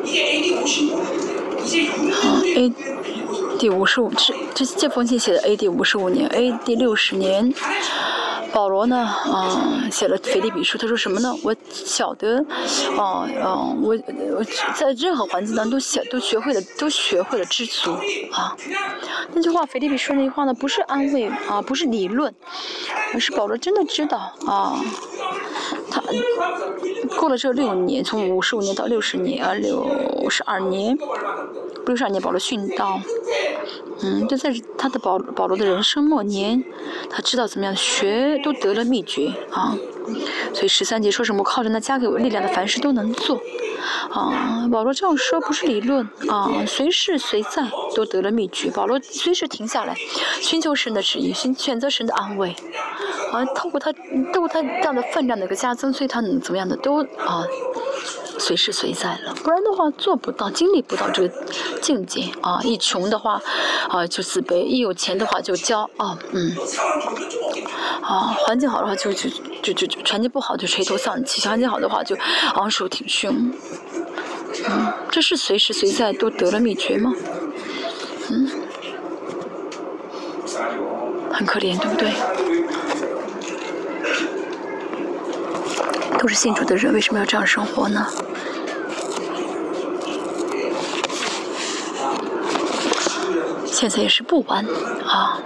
AD 55这封信写的 AD 55年 AD 60年保罗呢写了腓立比书，他说什么呢？我晓得我在任何环境当中都学会了知足那句话腓立比书那句话呢，不是安慰不是理论，而是保罗真的知道他过了这6年，从55年到60年62年保罗殉道就在他的保罗的人生末年，他知道怎么样学都得了秘诀所以13节说什么靠着那加给我力量的凡事都能做保罗这样说不是理论随时随在都得了秘诀。保罗随时停下来寻求神的旨意，选择神的安慰透过他这样的分量的一个加增，所以他能怎么样的都随时随在了，不然的话做不到，经历不到这个境界一穷的话就自卑，一有钱的话就骄傲环境好的话就环境不好就垂头丧气，环境好的话就昂首挺胸这是随时随在都得了秘诀吗？很可怜，对不对？ 都是信主的人，为什么要这样生活呢？现在也是不晚啊。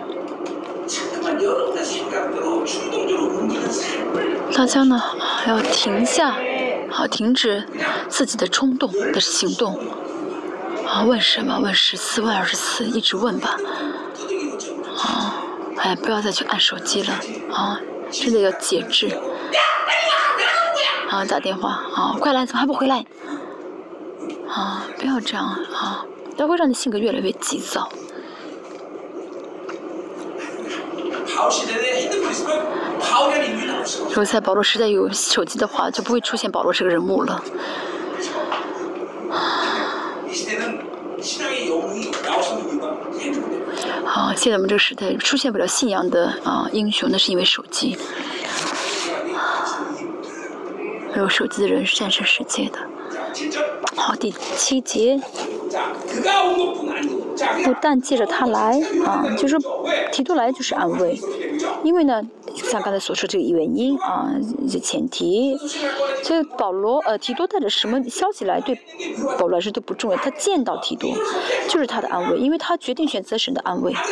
大家呢要停下，好，停止自己的冲动的行动。啊，问什么？问14问24，一直问吧。啊，哎，不要再去按手机了啊，真的要节制。啊，打电话啊，快来，怎么还不回来？啊，不要这样啊，这会让你性格越来越急躁。如果在保罗时代有手机的话，就不会出现保罗这个人物了。啊，现在我们这个时代出现不了信仰的英雄，那是因为手机。没有手机的人是战胜世界的。好，第7节。不但借着他来啊，就是提多来就是安慰，因为呢，像刚才所说这个原因啊，这前提，所以保罗提多带着什么消息来，对保罗来说都不重要，他见到提多就是他的安慰，因为他决定选择神的安慰。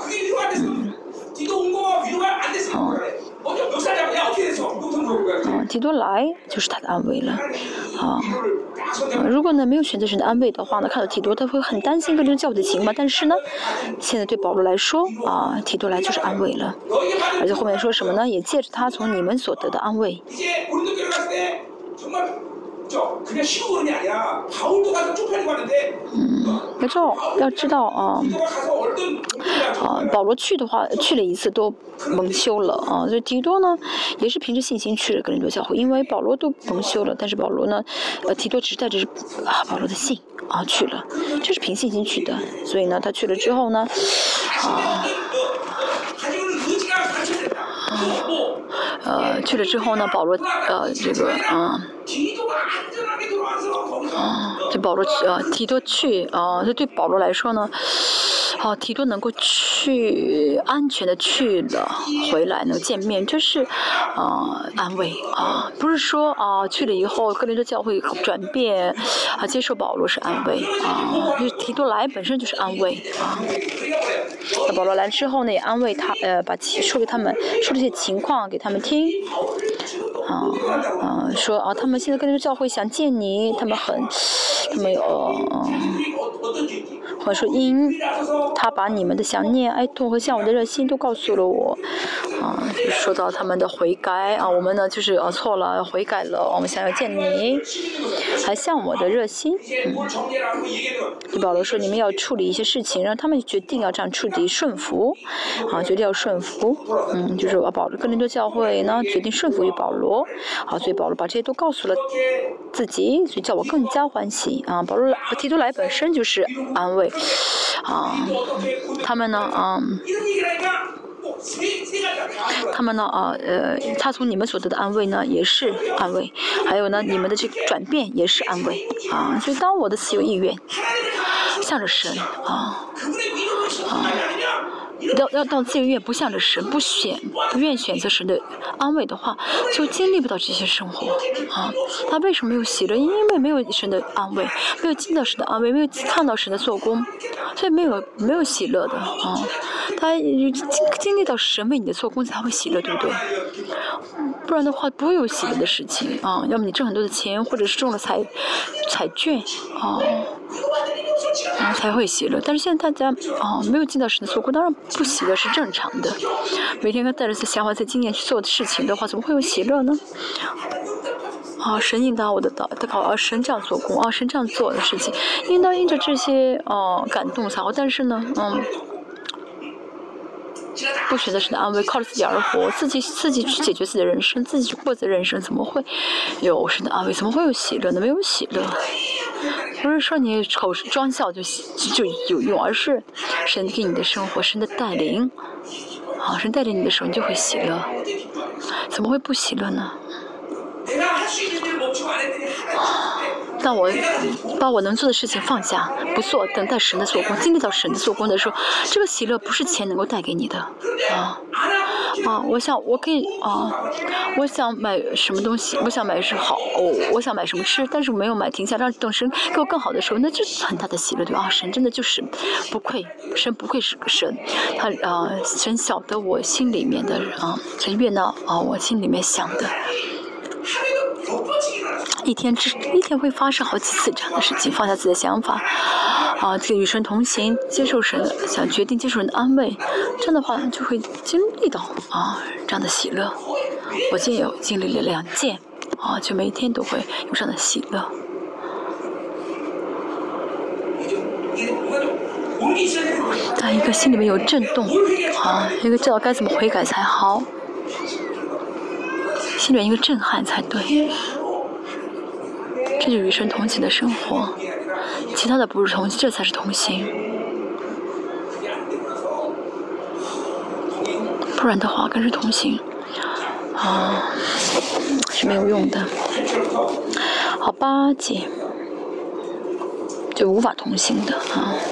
提多来就是他的安慰了，如果呢没有选择神的安慰的话呢，看到提多他会很担心跟这个教会的情况，但是呢，现在对保罗来说提多来就是安慰了，而且后面说什么呢？也借着他从你们所得的安慰。要知道保罗去的话，去了一次都蒙羞了啊，所以提多呢也是凭着信心去了哥林多教会，因为保罗都蒙羞了，但是保罗呢，提多只是带着保罗的信去了，这是凭信心去的，所以呢他去了之后呢去了之后呢，保罗这保罗提多去这对保罗来说呢，提多能够去安全的去了回来能见面，这是安慰不是说去了以后哥林多教会转变接受保罗是安慰就是提多来本身就是安慰那保罗来之后呢，也安慰他把说给他们说这些情况给他们听说他们现在哥林多教会想见你，他们或者说因他把你们的想念、哀痛和向往的热心都告诉了我，说到他们的悔改我们呢就是错了，悔改了，我们想要见你，还向我的热心。保罗说你们要处理一些事情，让他们决定要这样处理，顺服，决定要顺服，就是哥林多教会呢决定顺服于保罗，所以保罗把这些都告诉了自己，所以叫我更加欢喜保罗提多来本身就是安慰他们呢他从你们所得的安慰呢也是安慰，还有呢你们的这个转变也是安慰所以当我的自由意愿向着神要到自由意愿不向着神，不愿选择神的安慰的话，就经历不到这些生活他为什么没有喜乐？因为没有神的安慰，没有经到神的安慰，没有看到神的做工，所以没有喜乐的他经历到神为你的做工才会喜乐，对不对？不然的话不会有喜乐的事情要么你挣很多的钱，或者是中了彩券才会喜乐。但是现在大家没有进到神的做工，当然不喜乐是正常的。每天带着这想法、这经验去做的事情的话，怎么会有喜乐呢？神引导我的神这样做工神这样做的事情，应当因着这些感动才好。但是呢不选择神的安慰，靠着自己而活，自己去解决自己的人生，自己去过自己的人生，怎么会有神的安慰？怎么会有喜乐呢？没有喜乐，不是说你口装笑就有用，而是神给你的生活，神的带领，神带领你的时候，你就会喜乐。怎么会不喜乐呢？当我把我能做的事情放下不做，等待神的做工，经历到神的做工的时候，这个喜乐不是钱能够带给你的我可以我想买什么东西，我想买是好，我想买什么吃，但是我没有买，停下让等神给我更好的时候，那这是很大的喜乐，对吧？神真的就是不愧，神不愧是个神，他神晓得我心里面的神悦纳我心里面想的。一天会发生好几次这样的事情，放下自己的想法，这个与神同行，接受神，想决定接受人的安慰，这样的话就会经历到这样的喜乐。我今天有经历了2件，就每天都会有这样的喜乐。一个心里面有震动，一个知道该怎么悔改才好，心里面一个震撼才对。这就是与神同行的生活，其他的不是同行，这才是同行。不然的话，跟神同行是没有用的。好，8节就无法同行的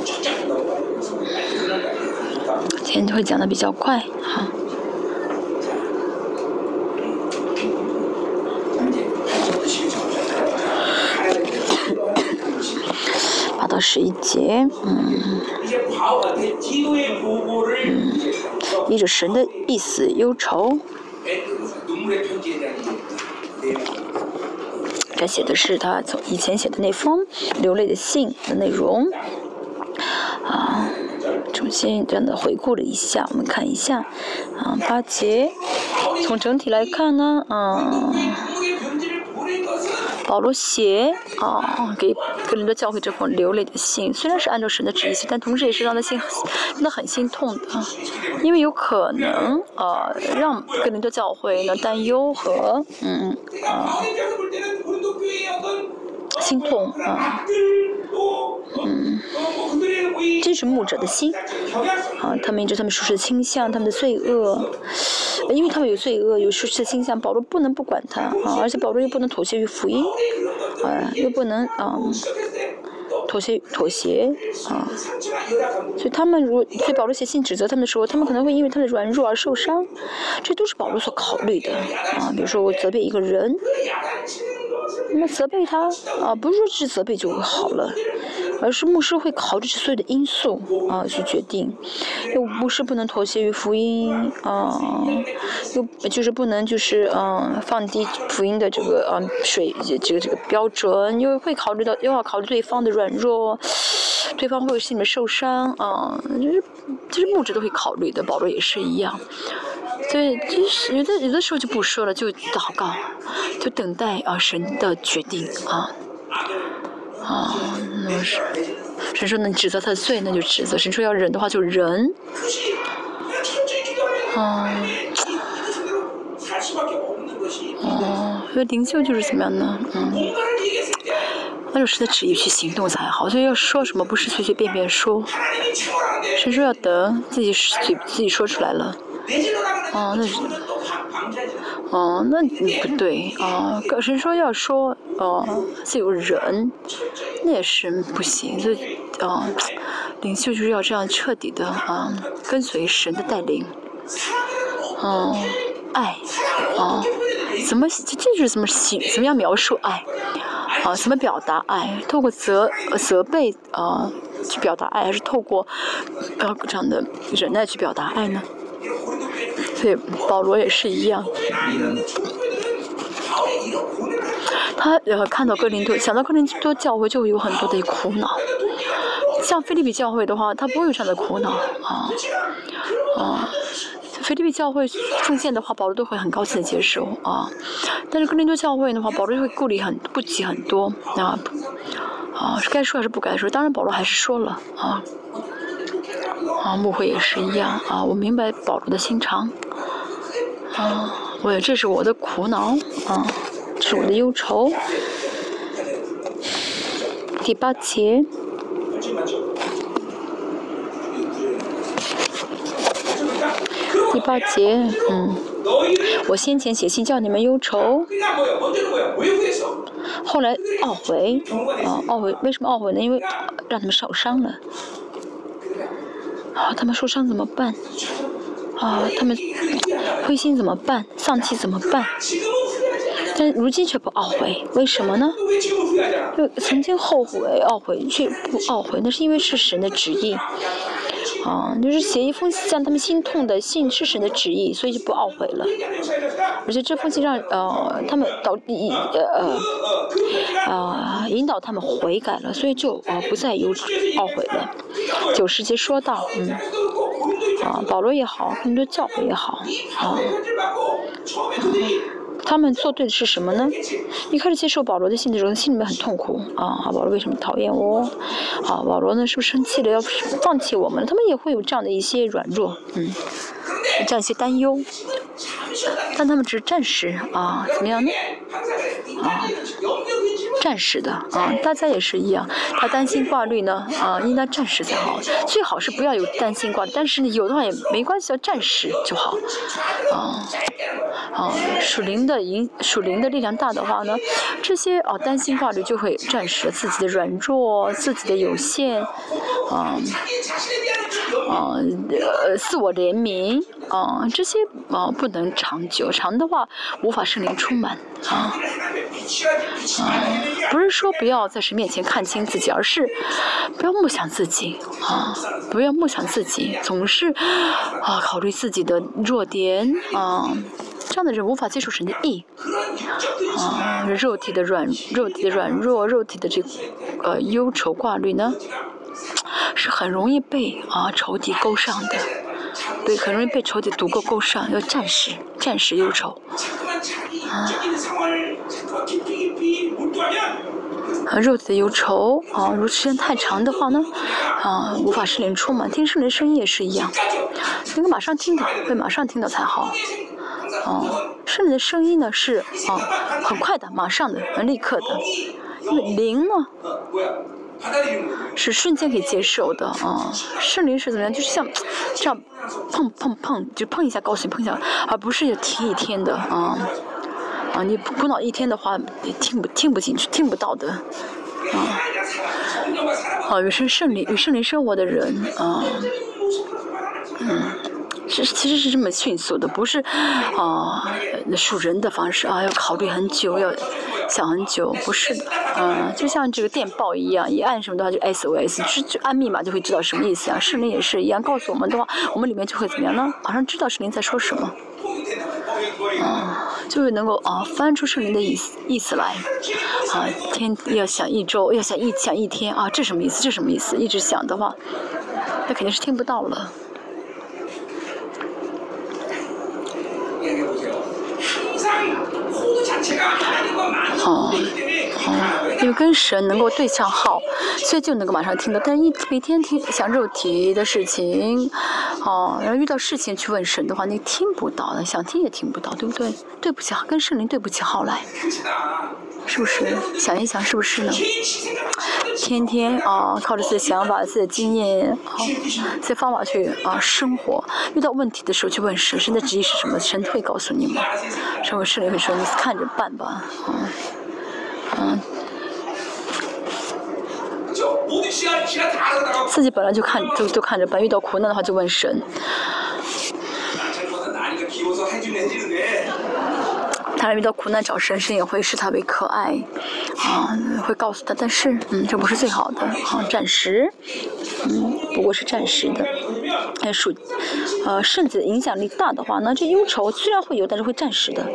今天会讲的比较快8到11节，依着神的意思忧愁。这写的是他从以前写的那封流泪的信的内容，重新这样的回顾了一下，我们看一下8节，从整体来看呢，保罗写给哥林多教会这封流泪的信，虽然是按照神的旨意写，但同时也是让他真的很心痛的，因为有可能让哥林多教会呢担忧和心痛这是牧者的心他们因着他们属实的倾向，他们的罪恶，因为他们有罪恶，有属实的倾向，保罗不能不管他而且保罗又不能妥协于福音又不能妥协所以他们对保罗写信指责他们的时候，他们可能会因为他的软弱而受伤，这都是保罗所考虑的比如说我责备一个人，那责备他不是说只责备就好了，而是牧师会考虑所有的因素去决定。牧师不能妥协于福音又就是不能就是放低福音的这个这个标准，又会考虑到又要考虑对方的软弱，对方会心里面受伤就是牧者都会考虑的，保罗也是一样。所以就是有的时候就不说了，就祷告，就等待神的决定那么神说你指责他的罪，那就指责；神说要忍的话就忍。所以领袖就是怎么样呢？按照神的旨意去行动才好。所以要说什么不是随随便便说，神说要等自己说出来了。那你不对神说要说自有忍，那也是不行。所以领袖就是要这样彻底的跟随神的带领。爱这就是怎么样描述爱怎么表达爱？透过责备去表达爱，还是透过这样的忍耐去表达爱呢？所以保罗也是一样，他看到哥林多，想到哥林多教会就有很多的苦恼。像腓立比教会的话，他不会有这样的苦恼腓立比教会奉献的话，保罗都会很高兴的接受但是哥林多教会的话，保罗就会顾及很多是该说还是不该说？当然保罗还是说了牧会也是一样我明白保罗的心肠这是我的苦恼这是我的忧愁。第8节。第8节，我先前写信叫你们忧愁，后来懊悔，为什么懊悔呢？因为让他们受伤了。他们受伤怎么办？他们灰心怎么办？丧气怎么办？但如今却不懊悔，为什么呢？就曾经后悔、懊悔，却不懊悔，那是因为是神的旨意。就是写一封让他们心痛的信是神的旨意，所以就不懊悔了。而且这封信让他们引导他们悔改了，所以就不再有懊悔了。9节说到，保罗也好，很多教会也好，他们做对的是什么呢？一开始接受保罗的信的时候，心里面很痛苦保罗为什么讨厌我？保罗呢是不是生气了要放弃我们？他们也会有这样的一些软弱，这样一些担忧，但他们只是暂时怎么样呢？暂时的大家也是一样，他担心挂虑呢应当暂时才好，最好是不要有担心挂虑，但是呢有的话也没关系，要暂时就好属灵的力量大的话呢，这些担心挂虑就会暂时自己的软弱、自己的有限自我怜悯这些不能长久，长的话无法圣灵充满不是说不要在神面前看清自己，而是不要默想自己不要默想自己，总是考虑自己的弱点这样的人无法接受神的义肉体的软弱，肉体的这个忧愁挂虑呢，是很容易被仇敌勾上的，很容易被仇敌毒钩上，要暂时忧愁肉体的忧愁如时间太长的话呢无法圣灵充满，听圣灵的声音也是一样，能够马上听到，会马上听到才好圣灵的声音呢是很快的，马上的，立刻的，因为灵呢是瞬间可以接受的圣灵是怎么样？就是像这样碰，就碰一下高兴，碰一下，而不是提一天的你苦恼一天的话，你听不进去，听不到的与圣灵生活的人其实是这么迅速的，不是属人的方式要考虑很久，要想很久，不是的就像这个电报一样，一按什么的话就 SOS， 就按密码就会知道什么意思圣灵也是一样，告诉我们的话，我们里面就会怎么样呢？马上知道圣灵在说什么就会能够翻出圣灵的意思来要想一周，要想一天这什么意思？这什么意思？一直想的话，那肯定是听不到了。因为跟神能够对象好，所以就能够马上听到。但是每天想肉体的事情，然后遇到事情去问神的话，你听不到的，想听也听不到，对不对？对不起，跟圣灵对不起号来，是不是？想一想，是不是呢？天天靠着自己的想法、自己的经验、自己的方法去生活。遇到问题的时候去问神，神的旨意是什么？神会告诉你吗？圣灵会说你看着办吧，自己本来就看着办，遇到苦难的话就问神。当然遇到苦难找神，神也会视他为可爱，会告诉他，但是这不是最好的暂时，不过是暂时的。甚至影响力大的话呢，这忧愁虽然会有，但是会暂时的。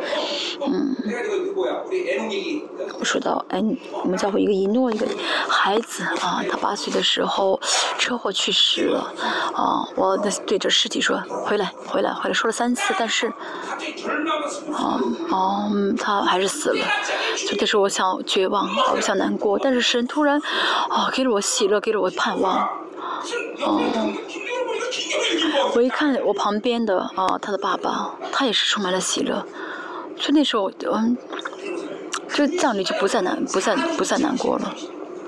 说到我们教会一个一诺一个孩子他8岁的时候车祸去世了我对着尸体说回来，说了3次，但是他还是死了。所以那时候我想绝望，我想难过，但是神突然给了我喜乐，给了我盼望。我一看我旁边的他的爸爸，他也是充满了喜乐，所以那时候这个葬礼就不再难过了。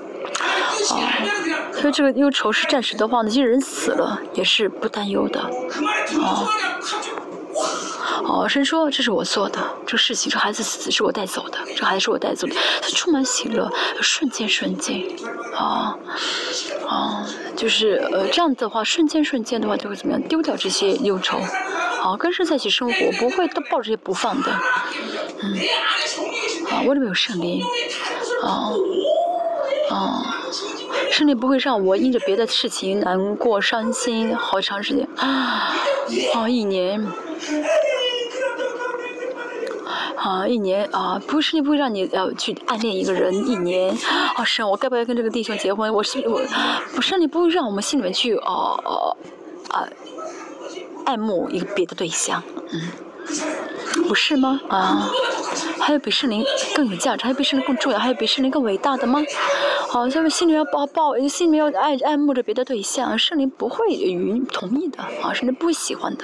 所以这个忧愁是暂时的话呢，即使人死了也是不担忧的。神说这是我做的，这个事情，这孩子死是我带走的，这孩子是我带走的，他充满喜乐，瞬间，就是这样的话，瞬间的话就会怎么样，丢掉这些忧愁， 跟神在一起生活，不会都抱着这些不放的。我里面有圣灵，圣灵不会让我因着别的事情难过、伤心好长时间1年。1年不是，你不会让你去暗恋一个人1年。神，我该不该跟这个弟兄结婚？不是，你不会让我们心里面去爱慕一个别的对象，不是吗？还有比圣灵更有价值，还有比圣灵更重要，还有比圣灵更伟大的吗？下面心里要心里要爱慕着别的对象，圣灵不会同意的圣灵不会喜欢的。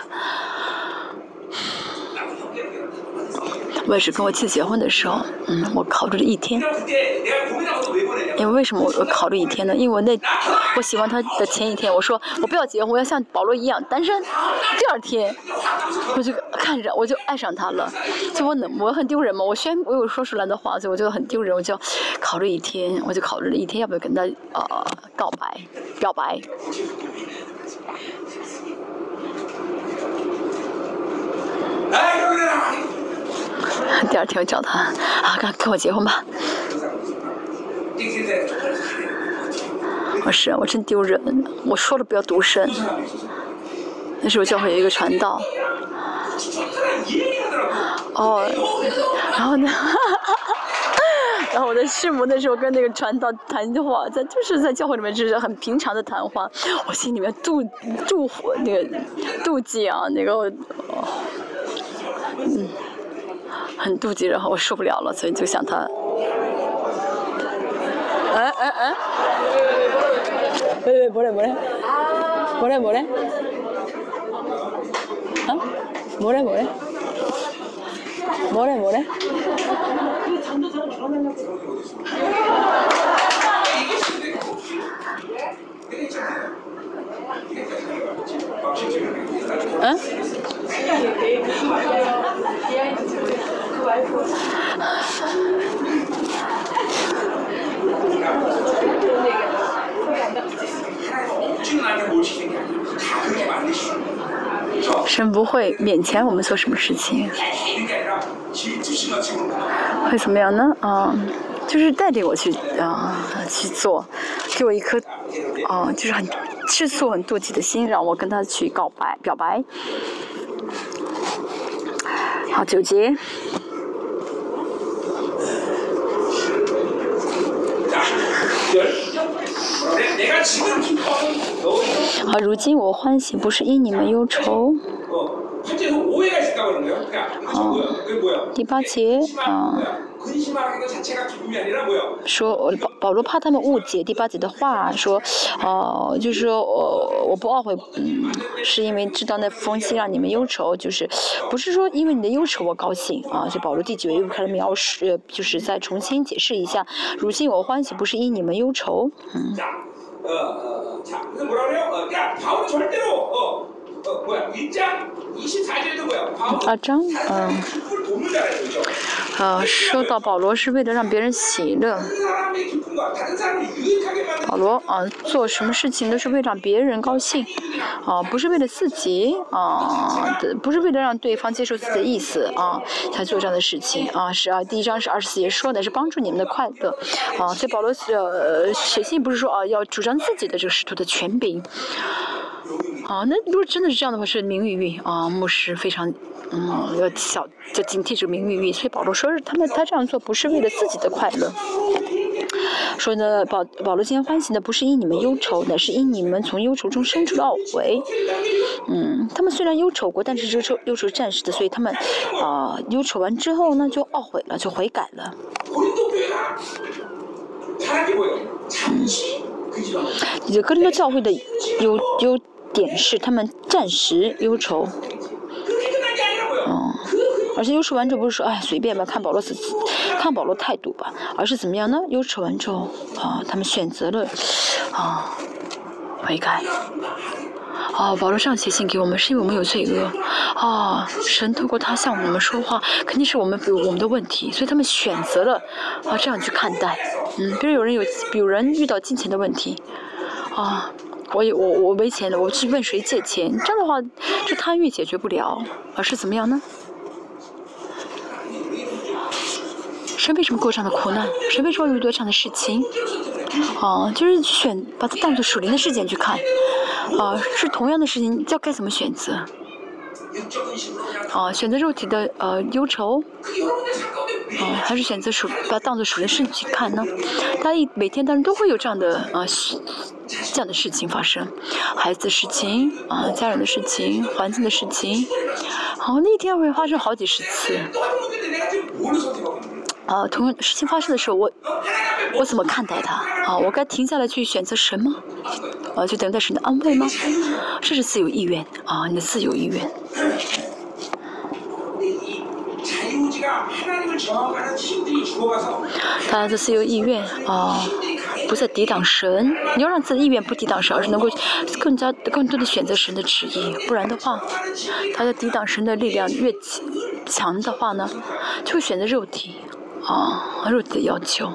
我也是跟我妻子结婚的时候，我考虑了1天。因为为什么我考虑1天呢？因为我喜欢他的前1天，我说我不要结婚，我要像保罗一样单身。第2天，我就看着我就爱上他了，就我很丢人嘛，我有说出来的话，所以我就很丢人，我就考虑1天，我就考虑了1天要不要跟他表白。第2天我找他跟我结婚吧。我真丢人，我说了不要独身。那时候教会有一个传道，然后呢，然后我的师母那时候跟那个传道谈话，就是在教会里面就是很平常的谈话，我心里面妒忌那个很妒忌，然後我受不了了，所以就想他。喂，뭐래？神不会勉强我们做什么事情，会怎么样呢？就是带领我去做，给我一颗就是很吃醋、很妒忌的心，让我跟他去表白。好，9节。好，如今我欢喜，不是因你们忧愁。第8节说保罗怕他们误解第8节的话，说就是说我不懊悔，是因为知道那封信让你们忧愁，就是不是说因为你的忧愁我高兴所以保罗第9节又开始描述，就是再重新解释一下，如今我欢喜，不是因你们忧愁。2章说到保罗是为了让别人喜乐。保罗做什么事情都是为了让别人高兴不是为了自己不是为了让对方接受自己的意思才做这样的事情是第1章是24节说的是帮助你们的快乐所以保罗写信不是说要主张自己的这个使徒的权柄那如果真的是这样的话，是名誉欲牧师非常要警惕这个名誉欲，所以保罗说他这样做不是为了自己的快乐。说呢，保罗今天欢喜的不是因你们忧愁，乃是因你们从忧愁中生出了懊悔。他们虽然忧愁过，但是忧愁暂时的，所以他们忧愁完之后呢，就懊悔了，就悔改了。哥林多教会的优点是他们暂时忧愁。而且忧愁完之后不是说随便吧，看保罗态度吧，而是怎么样呢？忧愁完之后他们选择了悔改。保罗这样写信给我们，是因为我们有罪恶神透过他向我们说话，肯定是我们的问题，所以他们选择了这样去看待。比如有人遇到金钱的问题我没钱了，我去问谁借钱？这样的话，这贪欲解决不了，而是怎么样呢？神为什么过这样的苦难？神为什么遇到这样的事情？就是把它当作属灵的事件去看，是同样的事情，该怎么选择？选择肉体的忧愁，还是选择把它当作属灵的事情去看呢？大家每天当中都会有这样的这样的事情发生，孩子的事情家人的事情，环境的事情，那一天会发生好几十次。同样的事情发生的时候，我怎么看待它？我该停下来去选择神吗？就等待神的安慰吗？这是自由意愿你的自由意愿。他的自由意愿不再抵挡神，你要让自己的意愿不抵挡神，而是能够更多的选择神的旨意，不然的话，他的抵挡神的力量越强的话呢，就会选择肉体肉体的要求，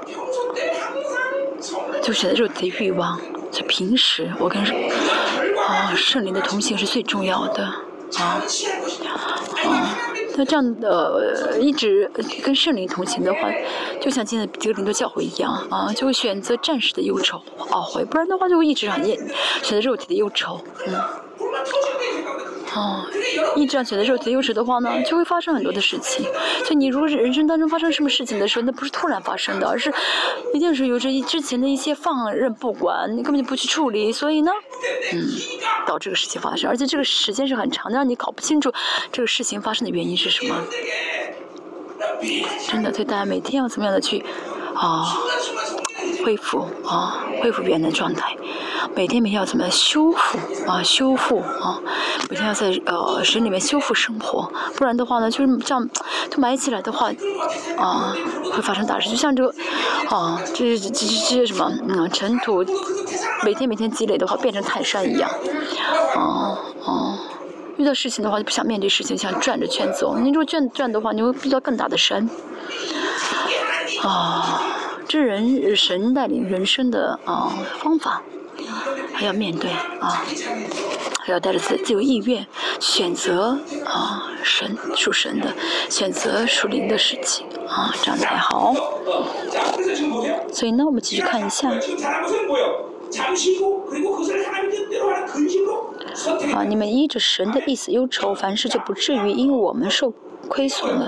就选择肉体的欲望。所以平时我跟圣灵的同行是最重要的那这样的一直跟圣灵同行的话，就像今天的这个灵的教会一样就会选择暂时的忧愁懊悔，不然的话就会一直选择肉体的忧愁一直选择肉体的忧愁的话呢，就会发生很多的事情。所以你如果是人生当中发生什么事情的时候，那不是突然发生的，而是一定是有着之前的一些放任不管，你根本就不去处理，所以呢，导致这个事情发生，而且这个时间是很长的，让你搞不清楚这个事情发生的原因是什么。真的，所以大家每天要怎么样的去恢复原来的状态，每天要怎么样修复每天要在神里面修复生活，不然的话呢，就是这样就埋起来的话会发生大事，就像这个这些什么尘土每天积累的话变成泰山一样遇到事情的话就不想面对事情，想转着圈走，你如果转的话，你会遇到更大的山这神带领人生的方法，还要面对还要带着自由意愿选择属神的，选择属灵的事情这样才好。所以呢，我们继续看一下你们依着神的意思忧愁，凡事就不至于因我们受亏损了。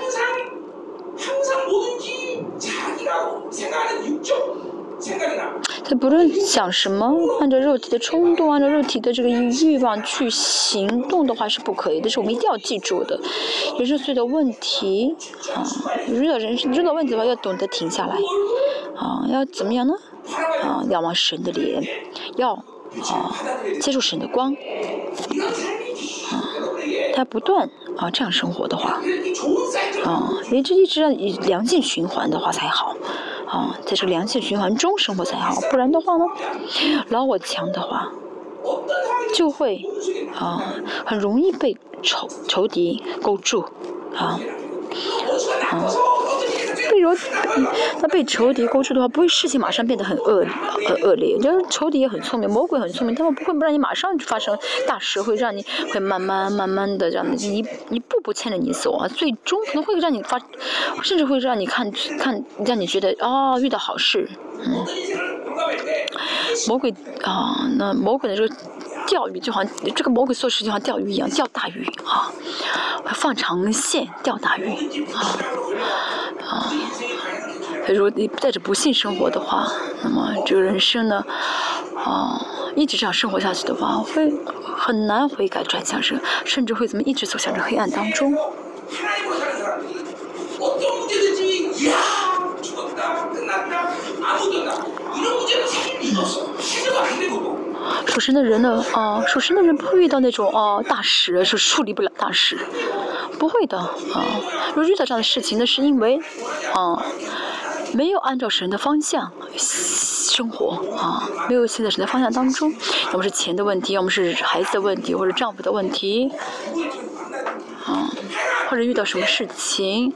他不论想什么，按照肉体的冲动，按照肉体的这个欲望去行动的话是不可以的，这是我们一定要记住的。人生遇到问题遇到问题的话，要懂得停下来要怎么样呢？仰望神的脸，要接触神的光他不断这样生活的话一直让良性循环的话才好在这个良性循环中生活才好，不然的话呢，老我强的话就会很容易被仇敌勾住被仇敌勾住的话，不会事情马上变得很恶劣。就是仇敌也很聪明，魔鬼很聪明，他们不会让你马上就发生大事，会让你会慢慢的让你一步步牵着你走最终可能会让你甚至会让你看，让你觉得遇到好事。魔鬼那魔鬼的这个钓鱼就好像这个魔鬼做事就像钓鱼一样，钓大鱼放长线钓大鱼如果你带着不幸生活的话，那么这个人生呢一直这样生活下去的话，会很难悔改转向神，甚至会一直走向这黑暗当中。属神的人呢属神的人不会遇到那种大事是处理不了大事，不会的如果遇到这样的事情，那是因为没有按照神的方向生活没有陷在神的方向当中，要么是钱的问题，要么是孩子的问题，或者丈夫的问题或者遇到什么事情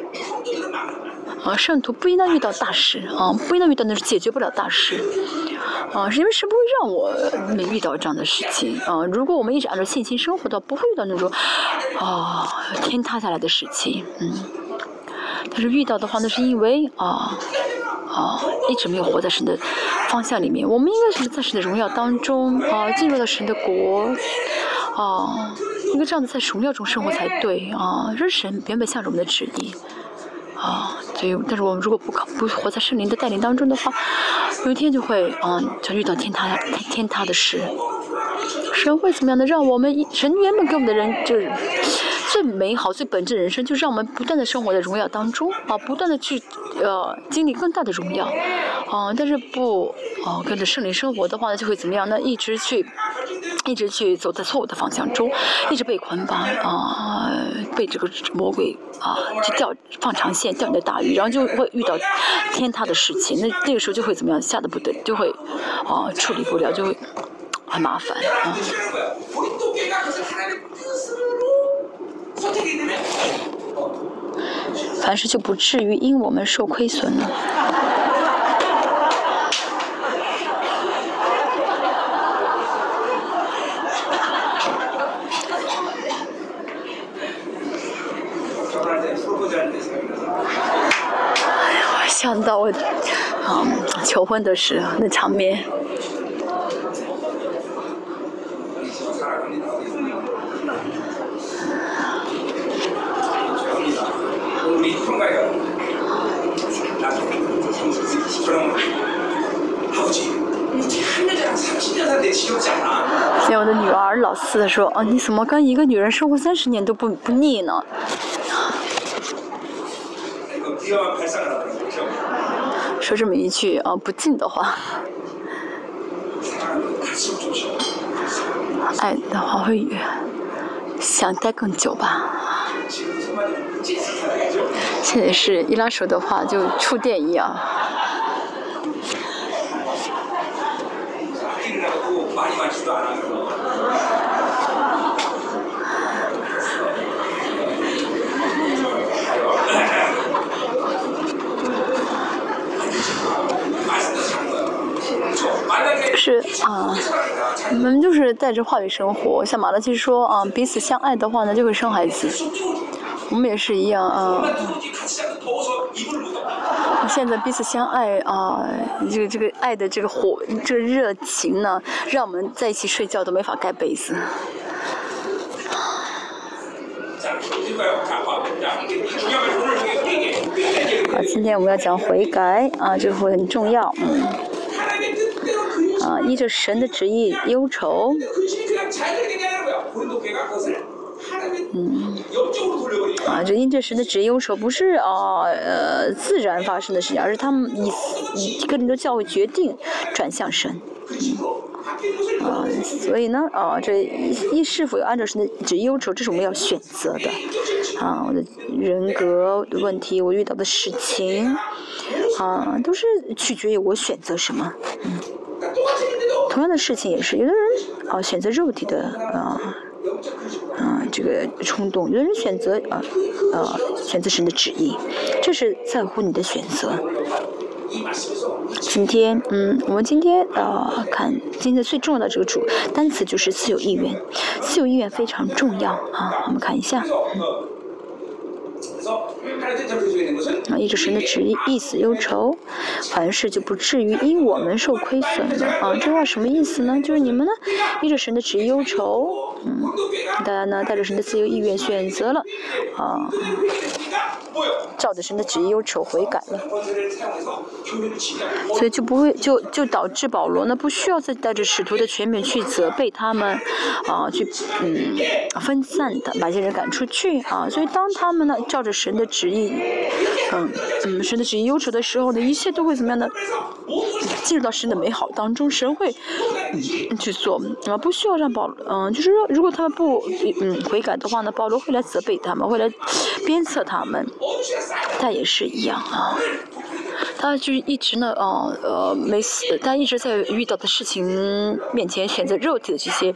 圣徒不应当遇到大事不应当遇到那种解决不了大事是因为神不会让我们遇到这样的事情如果我们一直按照信心生活的话，不会遇到那种天塌下来的事情，但是遇到的话，那是因为一直没有活在神的方向里面。我们应该是在神的荣耀当中进入到神的国应该这样子在荣耀中生活才对这是神原本向着我们的旨意所以，但是我们如果不活在圣灵的带领当中的话，有一天就会就遇到天塌的事。神会怎么样的让我们？神原本给我们的人就是最美好、最本质的人生，就是让我们不断的生活在荣耀当中不断的去经历更大的荣耀但是不跟着圣灵生活的话呢，就会怎么样呢？一直去走在错误的方向中，一直被捆绑被这个魔鬼去放长线钓你的大鱼，然后就会遇到天塌的事情。那个时候就会怎么样？吓得不得，就会处理不了，就会很麻烦凡事就不至于因我们受亏损了。我想到我求婚的时候那场面。现在我的女儿老四说你怎么跟一个女人生活30年都不腻呢？说这么一句不敬的话。爱的话会想待更久吧。现在是一拉手的话就触电一样。就是我们就是带着话语生活，像马拉基说彼此相爱的话呢，就会生孩子。我们也是一样现在彼此相爱这个爱的这个这个热情呢，让我们在一起睡觉都没法盖被子。今天我们要讲悔改这个会很重要依着神的旨意忧愁这因着神的旨意忧愁不是自然发生的事情，而是他们以哥林多教会决定转向神所以呢这是否有按照神的旨意忧愁，这是我们要选择的我的人格的问题，我遇到的事情都是取决于我选择什么同样的事情也是，有的人选择肉体的这个冲动，有的人选择神的旨意，这是在乎你的选择。今天我们今天看今天最重要的这个单词就是自由意愿，自由意愿非常重要我们看一下依着神的旨意，意思忧愁，凡事就不至于因我们受亏损了这话什么意思呢？就是你们呢依着神的旨意忧愁大家呢带着神的自由意愿选择了照着神的旨意忧愁悔改了，所以就不会就导致保罗呢不需要再带着使徒的权柄去责备他们去分散的把这些人赶出去所以当他们呢照着神的旨意神的旨意忧愁的时候呢，一切都会怎么样呢？进入到神的美好当中，神会去做不需要让保罗就是说如果他们不悔改的话呢，保罗会来责备他们，会来鞭策他们，他也是一样他就是一直呢没死，他一直在遇到的事情面前选择肉体的这些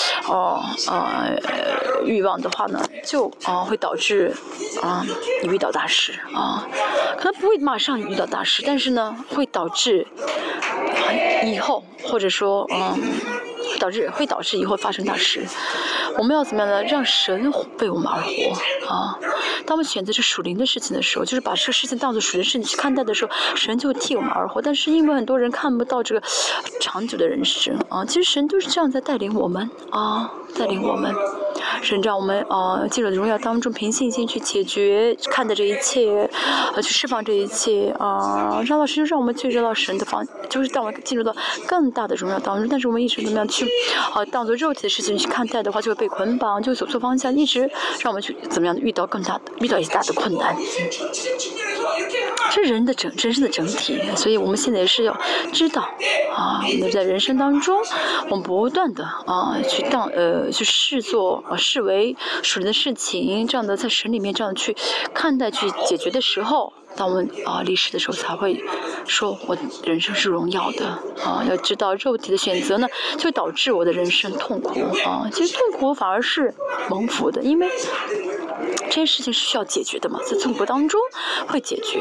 欲望的话呢，就会导致你遇到大事可能不会马上遇到大事，但是呢会导致以后，或者说会导致以后发生大事。我们要怎么样呢？让神为我们而活啊！当我们选择这属灵的事情的时候，就是把这个事情当作属灵的事情去看待的时候，神就会替我们而活。但是因为很多人看不到这个长久的人生啊，其实神都是这样在带领我们啊，带领我们。神让我们进入荣耀当中，凭信心去解决看的这一切，去释放这一切让到神就让我们去知道神的方，就是让我们进入到更大的荣耀当中。但是我们一直怎么样去当做肉体的事情去看待的话，就会被捆绑，就会走错方向，一直让我们去怎么样遇到一些大的困难。这是人生的整体，所以我们现在也是要知道我们在人生当中，我们不断的去视为属灵的事情，这样的在神里面这样去看待、去解决的时候，当我们离世的时候，才会说我人生是荣耀的要知道肉体的选择呢，就导致我的人生痛苦其实痛苦反而是蒙福的，因为这些事情是需要解决的嘛，在痛苦当中会解决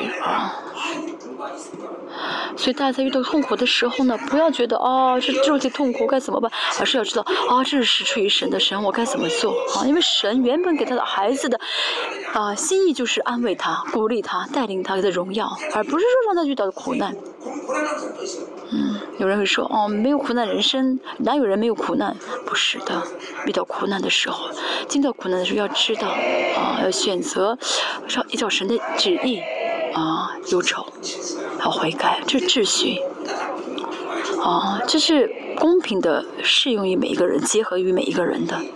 所以大家在遇到痛苦的时候呢，不要觉得这肉体痛苦该怎么办，而是要知道这是出于神的，神我该怎么做因为神原本给他的孩子的心意就是安慰他、鼓励他、带领他的荣耀，而不是说让他遇到苦难。有人会说没有苦难人生，哪有人没有苦难？不是的，遇到苦难的时候，经到苦难的时候要知道要选择依照神的旨意忧愁，要悔改，这是秩序这是公平的适用于每一个人，结合于每一个人的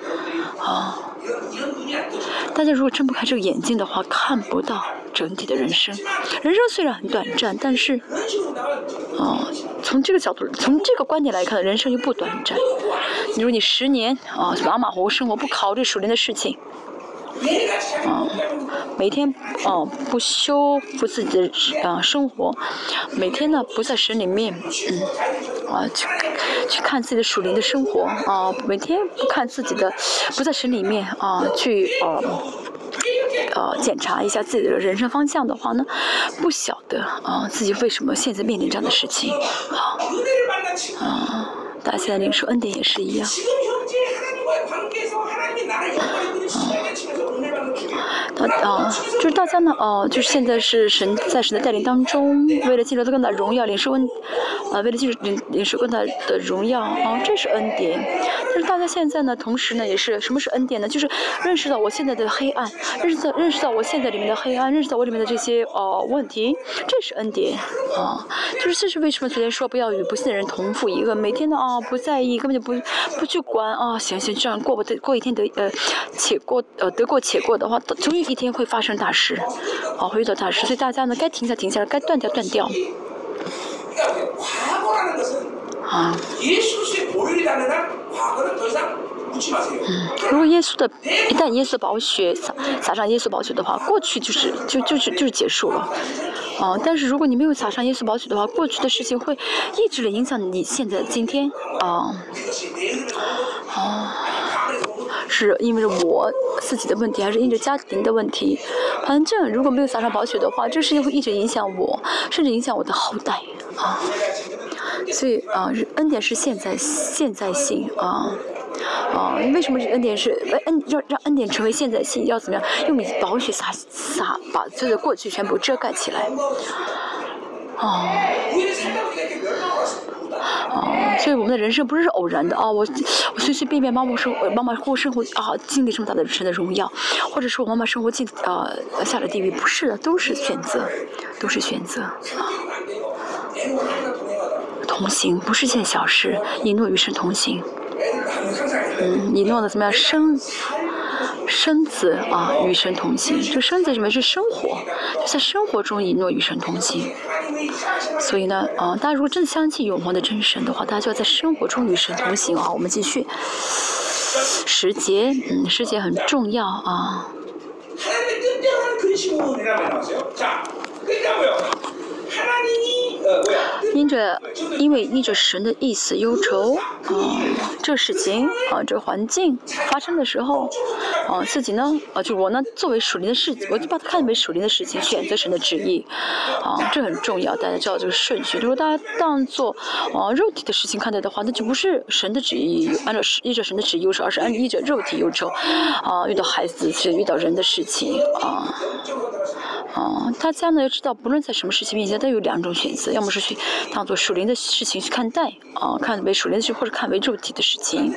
大家如果睁不开这个眼睛的话，看不到整体的人生。人生虽然很短暂，但是从这个角度，从这个观点来看，人生又不短暂。如果你10年马马虎虎生活，不考虑属灵的事情每天不修复自己的生活，每天呢不在神里面去看自己的属灵的生活每天不在神里面去检查一下自己的人生方向的话呢，不晓得自己为什么现在面临这样的事情大家现在领受恩典也是一样就是大家呢就是现在是在神的带领当中，为了进入更大荣耀，为了进入领受更大的荣耀这是恩典。但是大家现在呢，同时呢也是什么是恩典呢？就是认识到我现在的黑暗，认识到我现在里面的黑暗，认识到我里面的这些问题，这是恩典就是这是为什么昨天说不要与不信的人同负一个，每天呢不在意，根本就不去管行这样过一天得过且过的话，终于一天会发生大事会遇到大事，所以大家呢该停下停下来，该断掉断掉如果一旦耶稣的宝血洒上耶稣宝血的话，过去就是结束了但是如果你没有洒上耶稣宝血的话，过去的事情会一直的影响你现在的今天是因为我自己的问题，还是因着家庭的问题？反正如果没有洒上宝血的话，这个事情会一直影响我，甚至影响我的后代所以恩典是现在性为什么恩典是让恩典成为现在性？要怎么样用宝血把所有的过去全部遮盖起来所以我们的人生不是偶然的我随随便便妈妈过生活经历这么大的神的荣耀，或者说我妈妈生活下了地狱，不是的，都是选择同行不是件小事，以诺与神同行以诺的怎么样生子与神同行，这生子里面是生活，在生活中以诺与神同行。所以呢大家如果真的相信永恒的真神的话，大家就要在生活中与神同行我们继续时节很重要因为依着神的意思忧愁，这事情这个环境发生的时候，自己呢，就我呢作为属灵的事情，我就把它看为属灵的事情，选择神的旨意，这很重要，大家知道这个顺序。如果大家当做肉体的事情看待的话，那就不是神的旨意，依着神的旨意忧愁，而是依着肉体忧愁，遇到孩子是遇到人的事情大家呢要知道，不论在什么事情面前，都有两种选择，要么是去当做属灵的事情去看待，看为属灵的事情，或者看为肉体的事情，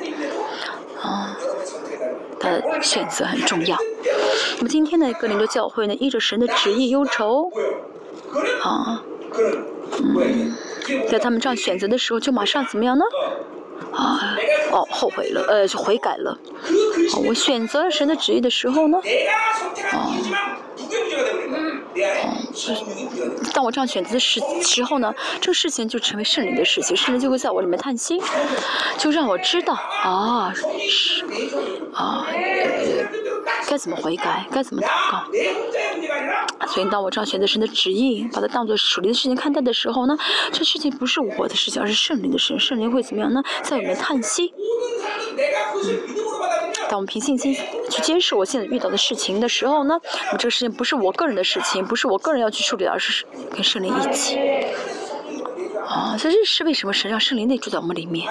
他的选择很重要。那么今天呢，哥林多教会呢，依着神的旨意忧愁，在他们这样选择的时候，就马上怎么样呢？后悔了，就悔改了。我选择了神的旨意的时候呢，当我这样选择的时候呢，这个事情就成为圣灵的事情，圣灵就会在我里面叹息，就让我知道该怎么悔改，该怎么祷告。所以当我这样选择神的旨意，把它当作属灵的事情看待的时候呢，这事情不是我的事情，而是圣灵的事。圣灵会怎么样呢？在我里面叹息。当我们凭信心去接受我现在遇到的事情的时候呢，那么这个事情不是我个人的事情，不是我个人要去处理的，而是跟圣灵一起。所以这是为什么神让圣灵内住在我们里面。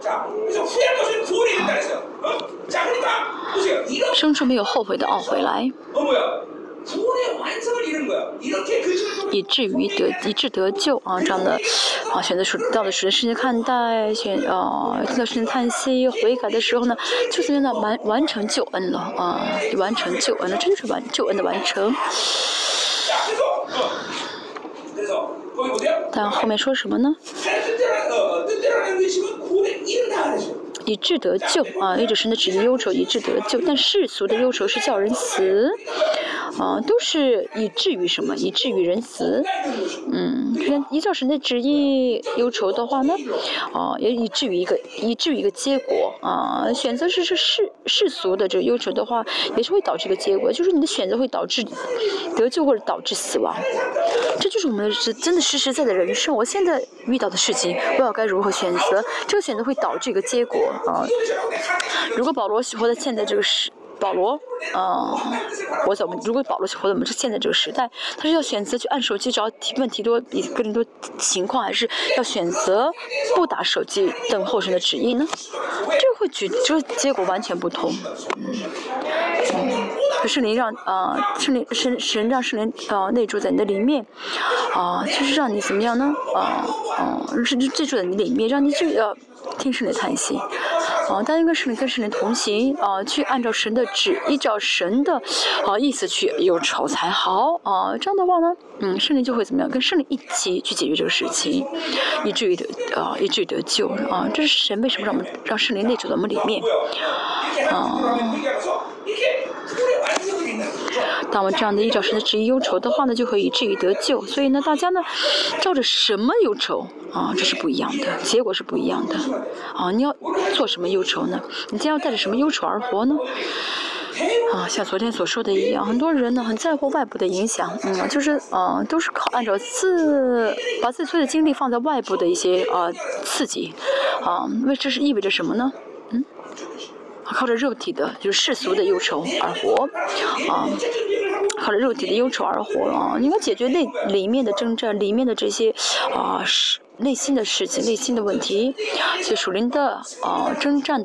生出没有后悔的懊悔来，以致得救这样的选择到了属灵的事情看待，听到事情叹息悔改的时候呢，就怎么样呢？完成救恩了完成救恩了，真是救恩的完成。但后面说什么呢？以致得救依着神的旨意忧愁，以致得救。但世俗的忧愁是叫人死，都是以至于什么？以至于人死。依照神的旨意忧愁的话呢，也以至于一个结果选择是世俗的这忧愁的话，也是会导致一个结果，就是你的选择会导致得救或者导致死亡。这就是我们真的实实在在的人生。我现在遇到的事情，我要该如何选择？这个选择会导致一个结果如果保罗活在现在这个保罗，如果保罗活在我们现在这个时代，他是要选择去按手机找问题多比更多情况，还是要选择不打手机等候神的旨意呢？这个结果完全不同。圣灵让神让圣灵内住在你的里面就是让你怎么样呢？是内住在你里面，让你去听圣灵叹息。当一个圣灵跟圣灵同行去按照神的依照神的意思去忧愁才好这样的话呢，圣灵就会怎么样？跟圣灵一起去解决这个事情，以至于得救这是神为什么让圣灵内住在我们里面当我们这样的依照神的旨意忧愁的话呢，就会以至于得救。所以呢，大家呢照着什么忧愁这是不一样的，结果是不一样的你要做什么忧愁呢？你将要带着什么忧愁而活呢？像昨天所说的一样，很多人呢很在乎外部的影响，就是都是按照把自己所有的精力放在外部的一些刺激这是意味着什么呢？靠着肉体的，就是世俗的忧愁而活靠着肉体的忧愁而活你应该解决里面的征战，里面的这些内心的事情，内心的问题，所以属灵的征战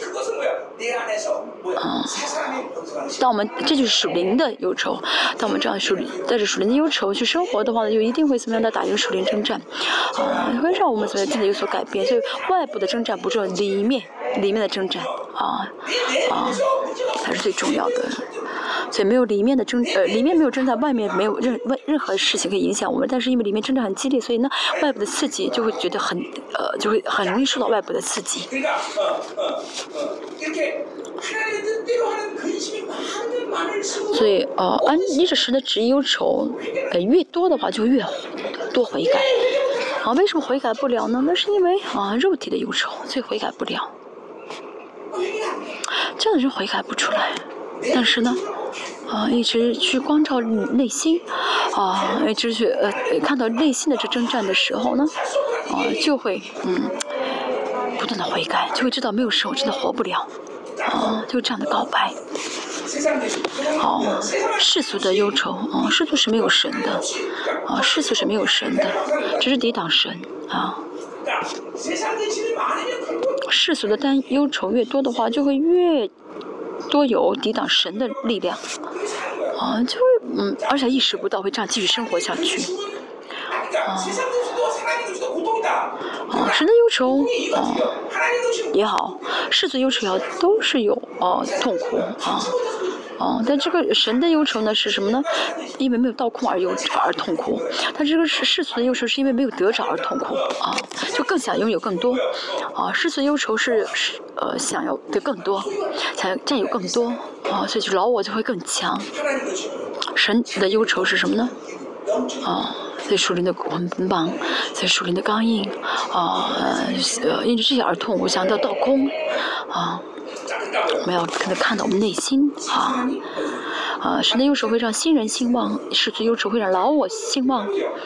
当我们这就是属灵的忧愁，当我们这样带着属灵的忧愁去生活的话呢，就一定会怎么样的打赢属灵征战会让我们怎么样真的有所改变。所以外部的征战不重要，里面的征战才是最重要的。所以没有里面没有征战，外面没有任何事情可以影响我们。但是因为里面征战很激烈，所以呢，外部的刺激就会觉得就会很容易受到外部的刺激。所以依着神的旨意忧愁越多的话，就越多悔改为什么悔改不了呢？那是因为肉体的忧愁，所以悔改不了。这样的人悔改不出来但是呢，一直去光照内心，一直去看到内心的这征战的时候呢，就会不断的悔改，就会知道没有神我真的活不了，就这样的告白。世俗的忧愁，世俗是没有神的，世俗是没有神的，只是抵挡神世俗的忧愁越多的话，就会越多有抵挡神的力量，就会而且意识不到会这样继续生活下去，神的忧愁也好，世俗忧愁也好，都是有痛苦但这个神的忧愁呢是什么呢？因为没有到空而痛苦，但这个世俗的忧愁是因为没有得着而痛苦就更想拥有更多世俗的忧愁是想要的更多，想要占有更多所以就老我就会更强。神的忧愁是什么呢？在属灵的捆绑，在属灵的刚硬因着这些而痛苦，想到空我们要看到我们内心神的忧愁会让新人兴旺，世俗忧愁会让老我兴旺。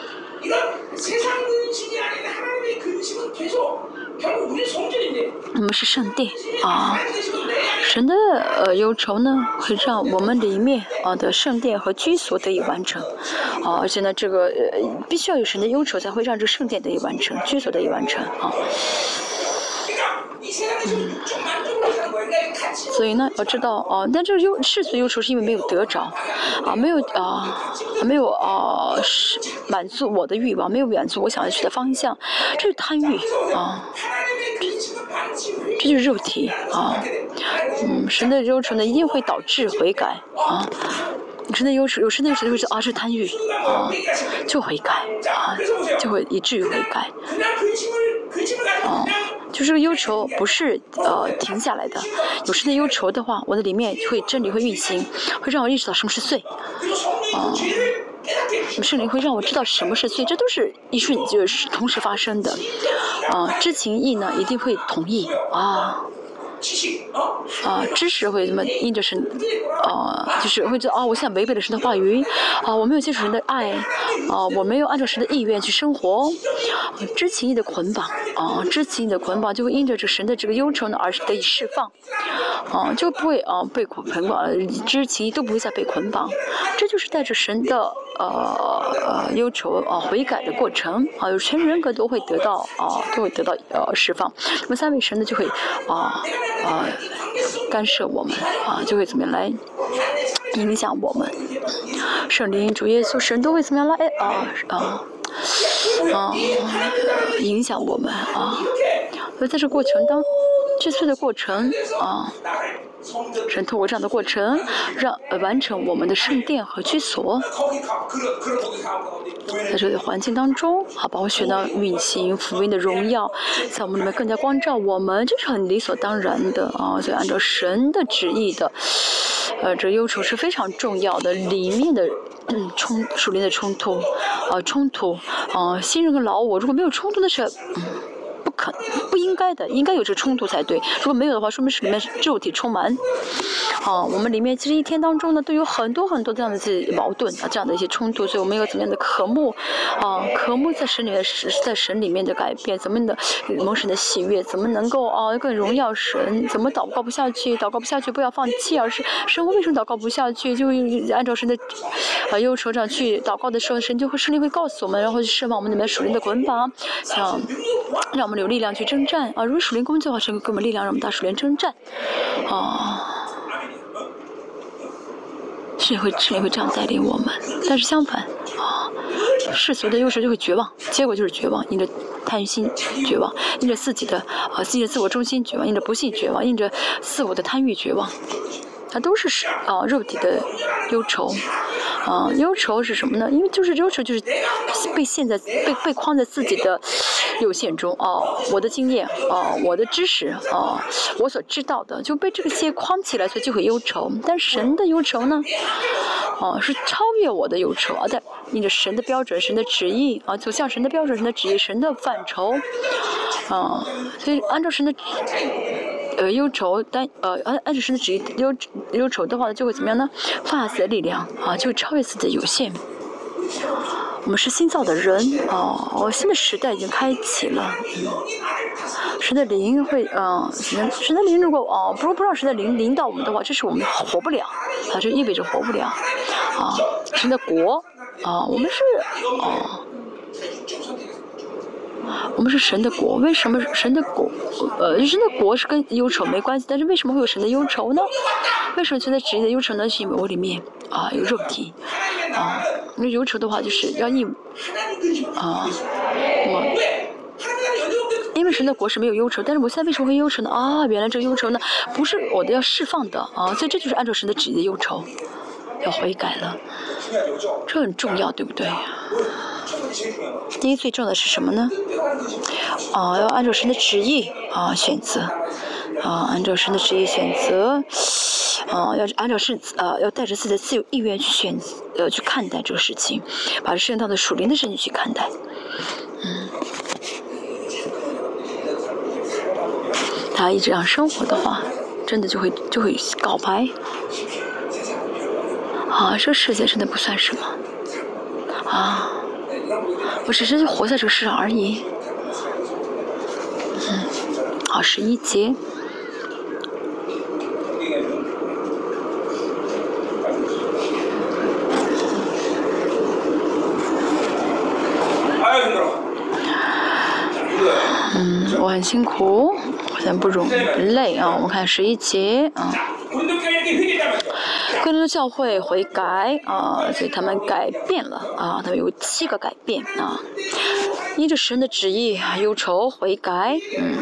我们是圣殿神的忧愁呢，会让我们里面的圣殿和居所得以完成而且呢，这个必须要有神的忧愁，才会让这个圣殿得以完成，居所得以完成所以呢，我知道但这个世俗忧愁是因为没有得着没有满足我的欲望，没有满足我想要去的方向，这是贪欲这就是肉体神的忧愁呢一定会导致悔改神的忧愁就会说是贪欲就悔改就会以至于悔改就这个忧愁不是停下来的，有神的忧愁的话，我的里面真理会运行，会让我意识到什么是罪圣灵会让我知道什么是罪，这都是一瞬就是同时发生的知情意呢一定会同意知识会怎么因着神就是会知道我现在违背了神的话语我没有接受神的爱我没有按照神的意愿去生活知情意的捆绑知情意的捆绑就会因着这神的这个忧愁呢而得以释放就不会被捆绑知情意都不会再被捆绑，这就是带着神的忧愁悔改的过程全人格都会得到释放，那么三位神呢就会干涉我们就会怎么样来影响我们，圣灵主耶稣神都会怎么样来影响我们所以在这过程当这次的过程神通过这样的过程让完成我们的圣殿和居所，在这个环境当中保血呢运行福音的荣耀在我们里面更加光照我们，这是很理所当然的所以按照神的旨意的这忧愁是非常重要的，里面的属灵的冲突新人和老我如果没有冲突的是不应该的，应该有这冲突才对。如果没有的话，说明是里面肉体充满。我们里面其实一天当中呢，都有很多很多这样的一些矛盾这样的一些冲突，所以我们有怎么样的渴慕渴慕在神里面在神里面的改变，怎么的蒙神的喜悦，怎么能够更荣耀神，怎么祷告不下去不要放弃，而是神我为什么祷告不下去，就按照神的忧愁上去祷告的时候，神灵会告诉我们，然后去释放我们里面属灵的捆绑，让我们有力量去征战如果属灵工作的话，神给我们力量，让我们打属灵征战圣灵会这样带领我们，但是相反世俗的忧愁就会绝望，结果就是绝望，因着贪心绝望，因着自我中心绝望，因着不信绝望，因着自我的贪欲绝望，它都是肉体的忧愁忧愁是什么呢？因为就是忧愁就是被框在自己的有限中我的经验我的知识我所知道的就被这些框起来，所以就会忧愁。但神的忧愁呢是超越我的忧愁在因着神的标准神的旨意走向神的标准神的旨意神的范畴所以按照神的忧愁，按着神的旨意忧愁的话，就会怎么样呢？发自的力量啊，就会超越自己的有限。我们是新造的人新的时代已经开启了。神的灵会神的灵如果不让神的灵领导我们的话，这是我们活不了啊，这意味着活不了啊。神的国我们是我们是神的国，为什么神的国？神的国是跟忧愁没关系，但是为什么会有神的忧愁呢？为什么存在旨意的忧愁呢？是因为我里面有肉体因为忧愁的话就是要因为神的国是没有忧愁，但是我现在为什么会忧愁呢？原来这个忧愁呢不是我的要释放的所以这就是按照神的旨意的忧愁，要悔改了，这很重要，对不对？第一最重要的是什么呢？要按照神的旨意选择按照神的旨意选择要按照要带着自己的自由意愿去去看待这个事情，把这圣道的属灵的身体去看待。他一直这样生活的话，真的就会告白这个世界真的不算什么我只是活在这个世上而已。11节。我很辛苦，好像不容易累我们看11节哥林多教会悔改所以他们改变了他们有7个改变依着神的旨意忧愁悔改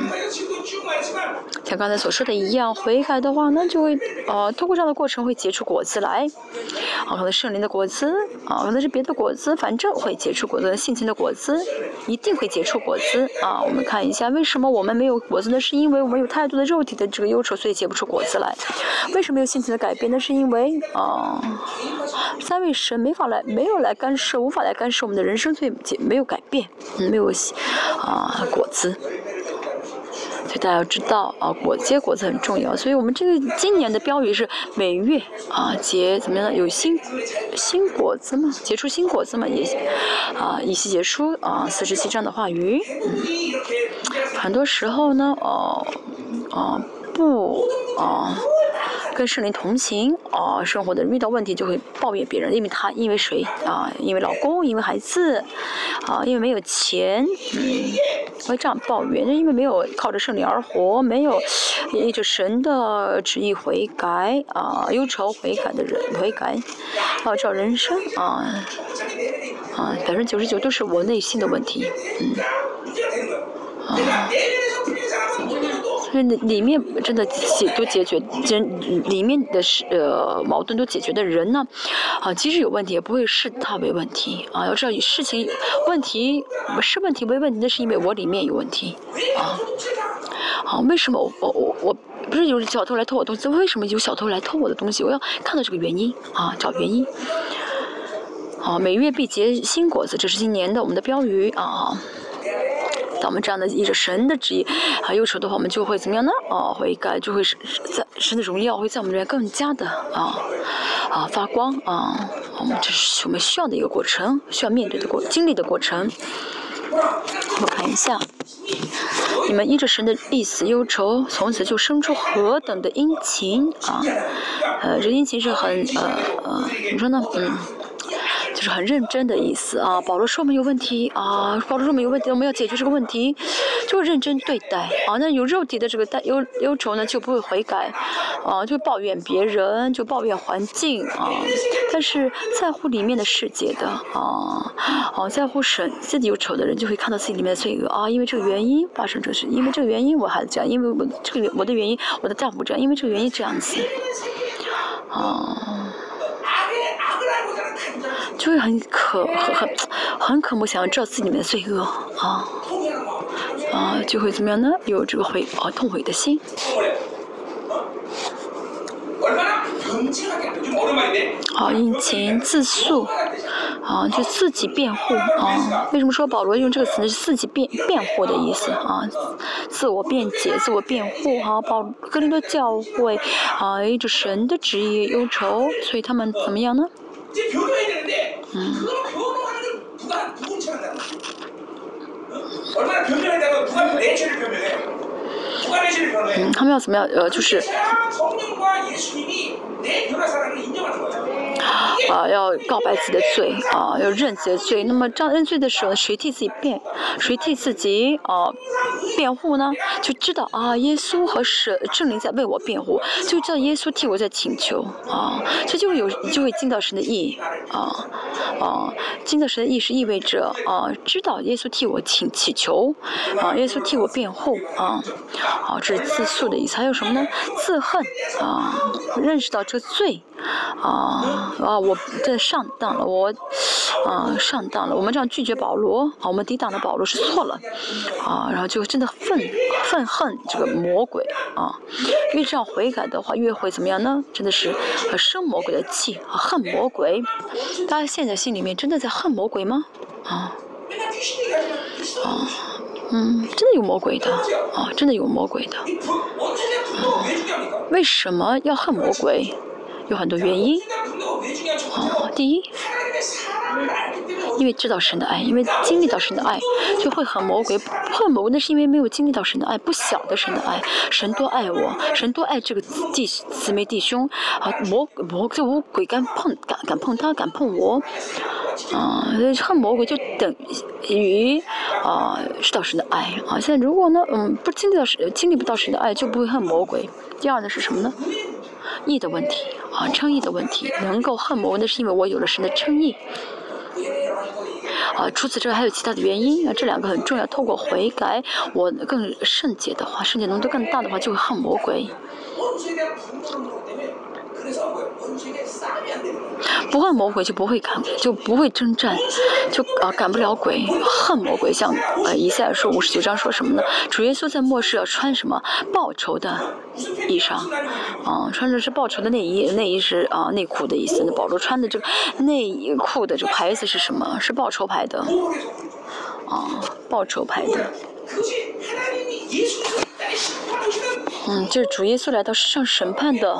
像刚才所说的一样，悔改的话呢就会通过这样的过程会结出果子来可能圣灵的果子可能是别的果子，反正会结出果子，性情的果子一定会结出果子我们看一下为什么我们没有果子呢？是因为我们有太多的肉体的这个忧愁，所以结不出果子来。为什么有性情的改变呢？是因为三位神没有来干涉，无法来干涉我们的人生，所以没有改变没有果子。所以大家要知道结果子很重要，所以我们这个今年的标语是每月结怎么样呢？有新果子嘛，结出新果子嘛，也以西结书47章的话语很多时候呢不跟圣灵同行生活的人遇到问题就会抱怨别人，因为谁因为老公，因为孩子因为没有钱会这样抱怨，因为没有靠着圣灵而活，没有依着神的旨意悔改忧愁悔改的人悔改照人生99%都是我内心的问题里面真的都解决，里面的矛盾都解决的人呢即使有问题也不会视它为问题要知道事情问题是问题为问题，那是因为我里面有问题为什么我不是有小偷来偷我东西？为什么有小偷来偷我的东西？我要看到这个原因找原因每月必结新果子，这是今年的我们的标语当我们这样的依着神的旨意忧愁的话，我们就会怎么样呢悔改，就会在神的荣耀会在我们这边更加的发光这是我们需要的一个过程，需要面对的经历的过程。我看一下，你们依着神的意思忧愁，从此就生出何等的殷勤这殷勤是很怎么说呢就是很认真的意思保罗说我们有问题保罗说我们有问题，我们要解决这个问题，就认真对待那有肉体的这个忧愁呢，就不会悔改就抱怨别人，就抱怨环境但是在乎里面的世界的在乎神自己忧愁的人，就会看到自己里面的罪恶因为这个原因发生这事，因为这个原因我孩子这样，因为我的原因我的丈夫这样，因为这个原因这样子就会很渴慕想要知道自己里面的罪恶就会怎么样呢？有这个痛悔的心殷勤自诉就自己辩护啊。为什么说保罗用这个词呢？是自己辩护的意思啊，自我辩解、自我辩护啊。哥林多教会依着神的旨意忧愁，所以他们怎么样呢？他们要怎么样？就是要告白自己的罪要认自己的罪。那么这样认罪的时候，谁替自己辩护呢？就知道耶稣和圣灵在为我辩护，就知道耶稣替我在请求这就会进到神的义进到神的义是意味着知道耶稣替我祈求耶稣替我辩护这是自诉的意思。还有什么呢？自恨认识到这个罪我真的上当了，上当了。我们这样拒绝保罗我们抵挡的保罗是错了然后就真的愤恨这个魔鬼越这样悔改的话，越会怎么样呢？真的是生魔鬼的气恨魔鬼。大家现在心里面真的在恨魔鬼吗？真的有魔鬼的真的有魔鬼的为什么要恨魔鬼？有很多原因第一，因为知道神的爱，因为经历到神的爱，就会恨魔鬼。恨魔鬼那是因为没有经历到神的爱，不晓得神的爱。神多爱我，神多爱这个姊妹弟兄魔鬼敢碰他，敢碰我恨魔鬼就等于知道神的爱现在如果呢不经历不到神的爱，就不会恨魔鬼。第二呢是什么呢？义的问题称义的问题。能够恨魔鬼，那是因为我有了神的称义除此之外还有其他的原因这两个很重要。透过悔改，我更圣洁的话，圣洁浓度更大的话，就会恨魔鬼。不恨魔鬼就不会征战，就赶不了鬼。恨魔鬼，像以赛亚书59章说什么呢？主耶稣在末世要穿什么？报仇的衣裳穿着是报仇的内衣是内裤的意思。那保罗穿的这个内裤的这个牌子是什么？是报仇牌的报仇牌的。这是主耶稣来到世上审判的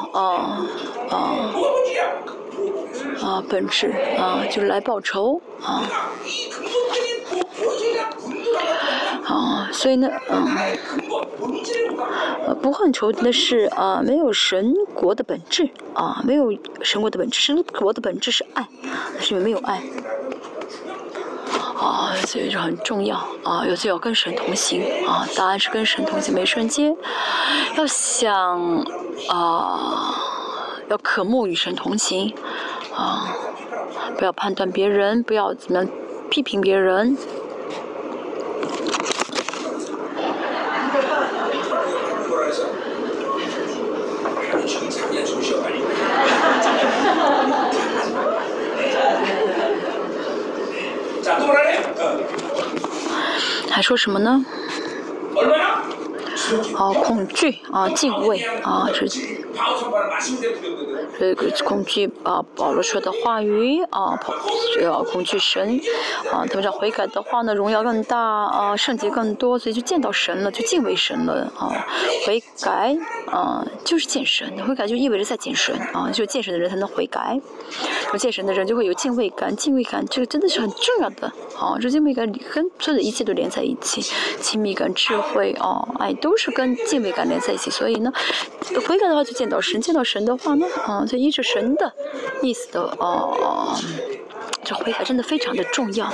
本质就是来报仇所以呢不恨仇的是没有神国的本质没有神国的本质。神国的本质是爱，是因为没有爱所以这很重要有时要跟神同行答案是跟神同行。每瞬间要想要渴慕与神同行不要判断别人，不要怎么样批评别人。还说什么呢？恐惧敬畏这个恐惧保罗说的话语恐惧神他们这样悔改的话呢，荣耀更大圣洁更多，所以就见到神了，就敬畏神了悔改就是见神，悔改就意味着在见神就见神的人才能悔改，见神的人就会有敬畏感。敬畏感这个真的是很重要的这敬畏感跟所有的一切都连在一起，亲密感、智慧爱都是跟敬畏感连在一起。所以呢悔改的话就见到神，见到神的话呢就依着神的意思的这悔改真的非常的重要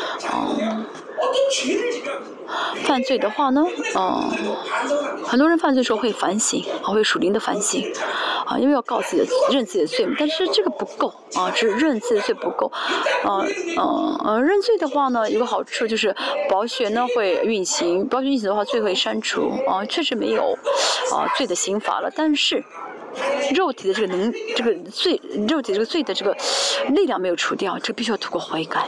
犯罪的话呢很多人犯罪的时候会反省会属灵的反省因为要告自己的认自己的罪，但是这个不够只认自己的罪不够认罪的话呢有个好处就是宝血呢会运行，宝血运行的话罪会删除确实没有罪的刑罚了，但是肉体的这个罪，肉体这个罪的这个力量没有除掉，这必须要通过悔改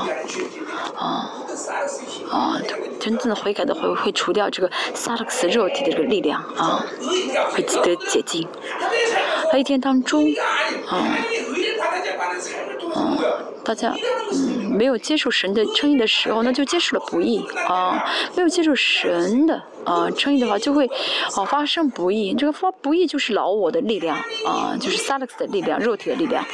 真正的悔改的会除掉这个萨勒克斯肉体的这个力量会得解禁。在一天当中大家没有接受神的称义的时候，那就接受了不义没有接受神的称义的话，就会发生不义。这个不义就是老我的力量就是萨勒克的力量，肉体的力量。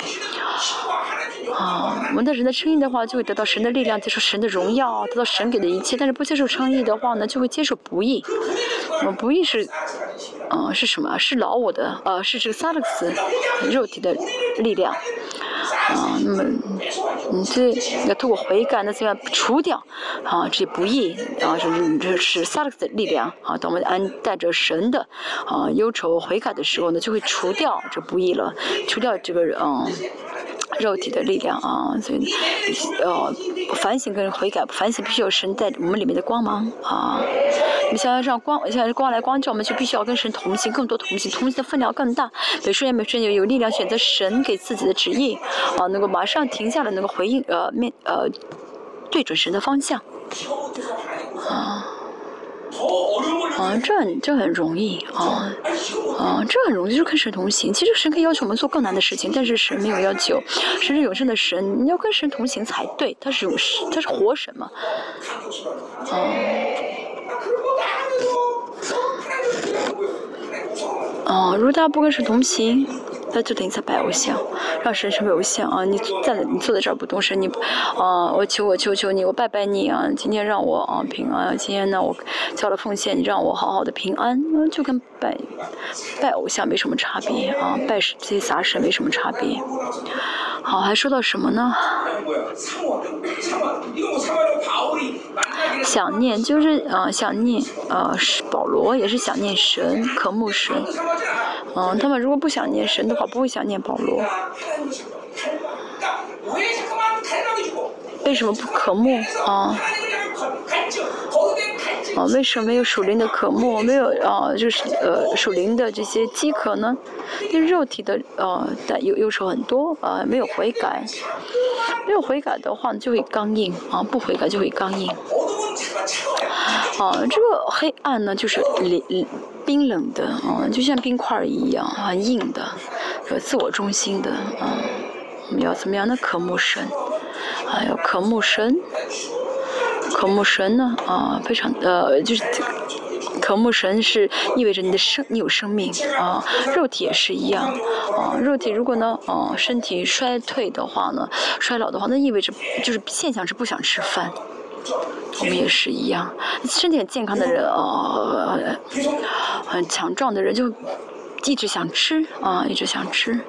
我们的人的称义的话，就会得到神的力量，接受神的荣耀，得到神给的一切。但是不接受称义的话呢，就会接受不义。不义是什么？是老我的是这个萨勒克斯肉体的力量。那么这要透过悔改呢，就要除掉这些不义这是萨勒克斯的力量当我们带着神的忧愁悔改的时候呢，就会除掉这不义了，除掉这个肉体的力量所以反省跟悔改，反省必须有神在我们里面的光芒我们想要让光来光照我们，就必须要跟神同行，更多同行的分量更大。每瞬间有力量选择神给自己的旨意能够马上停下来，能够回应对准神的方向这很容易这很容易，就是跟神同行。其实神可以要求我们做更难的事情，但是神没有要求。神是永生的神，你要跟神同行才对。他是活神嘛如果大家不跟神同行，那就等于在拜偶像，让神成为偶像你坐在这儿不动神，我求你，我拜拜你今天让我平安，今天呢我交了奉献，你让我好好的平安就跟拜偶像没什么差别拜这些杂神没什么差别。好，还说到什么呢？想念就是想念保罗也是想念神，渴慕神他们如果不想念神的话，不会想念保罗。为什么不渴慕为什么没有属灵的渴慕，没有就是属灵的这些饥渴呢？因为肉体的忧愁很多没有悔改，没有悔改的话就会刚硬不悔改就会刚硬这个黑暗呢就是冰冷的就像冰块一样很硬的自我中心的我们要怎么样呢？渴慕神要渴慕神呢非常就是渴慕神是意味着你有生命肉体也是一样肉体如果呢身体衰退的话呢，衰老的话，那意味着就是现象是不想吃饭。我们也是一样，身体很健康的人很强壮的人就一直想吃一直想吃。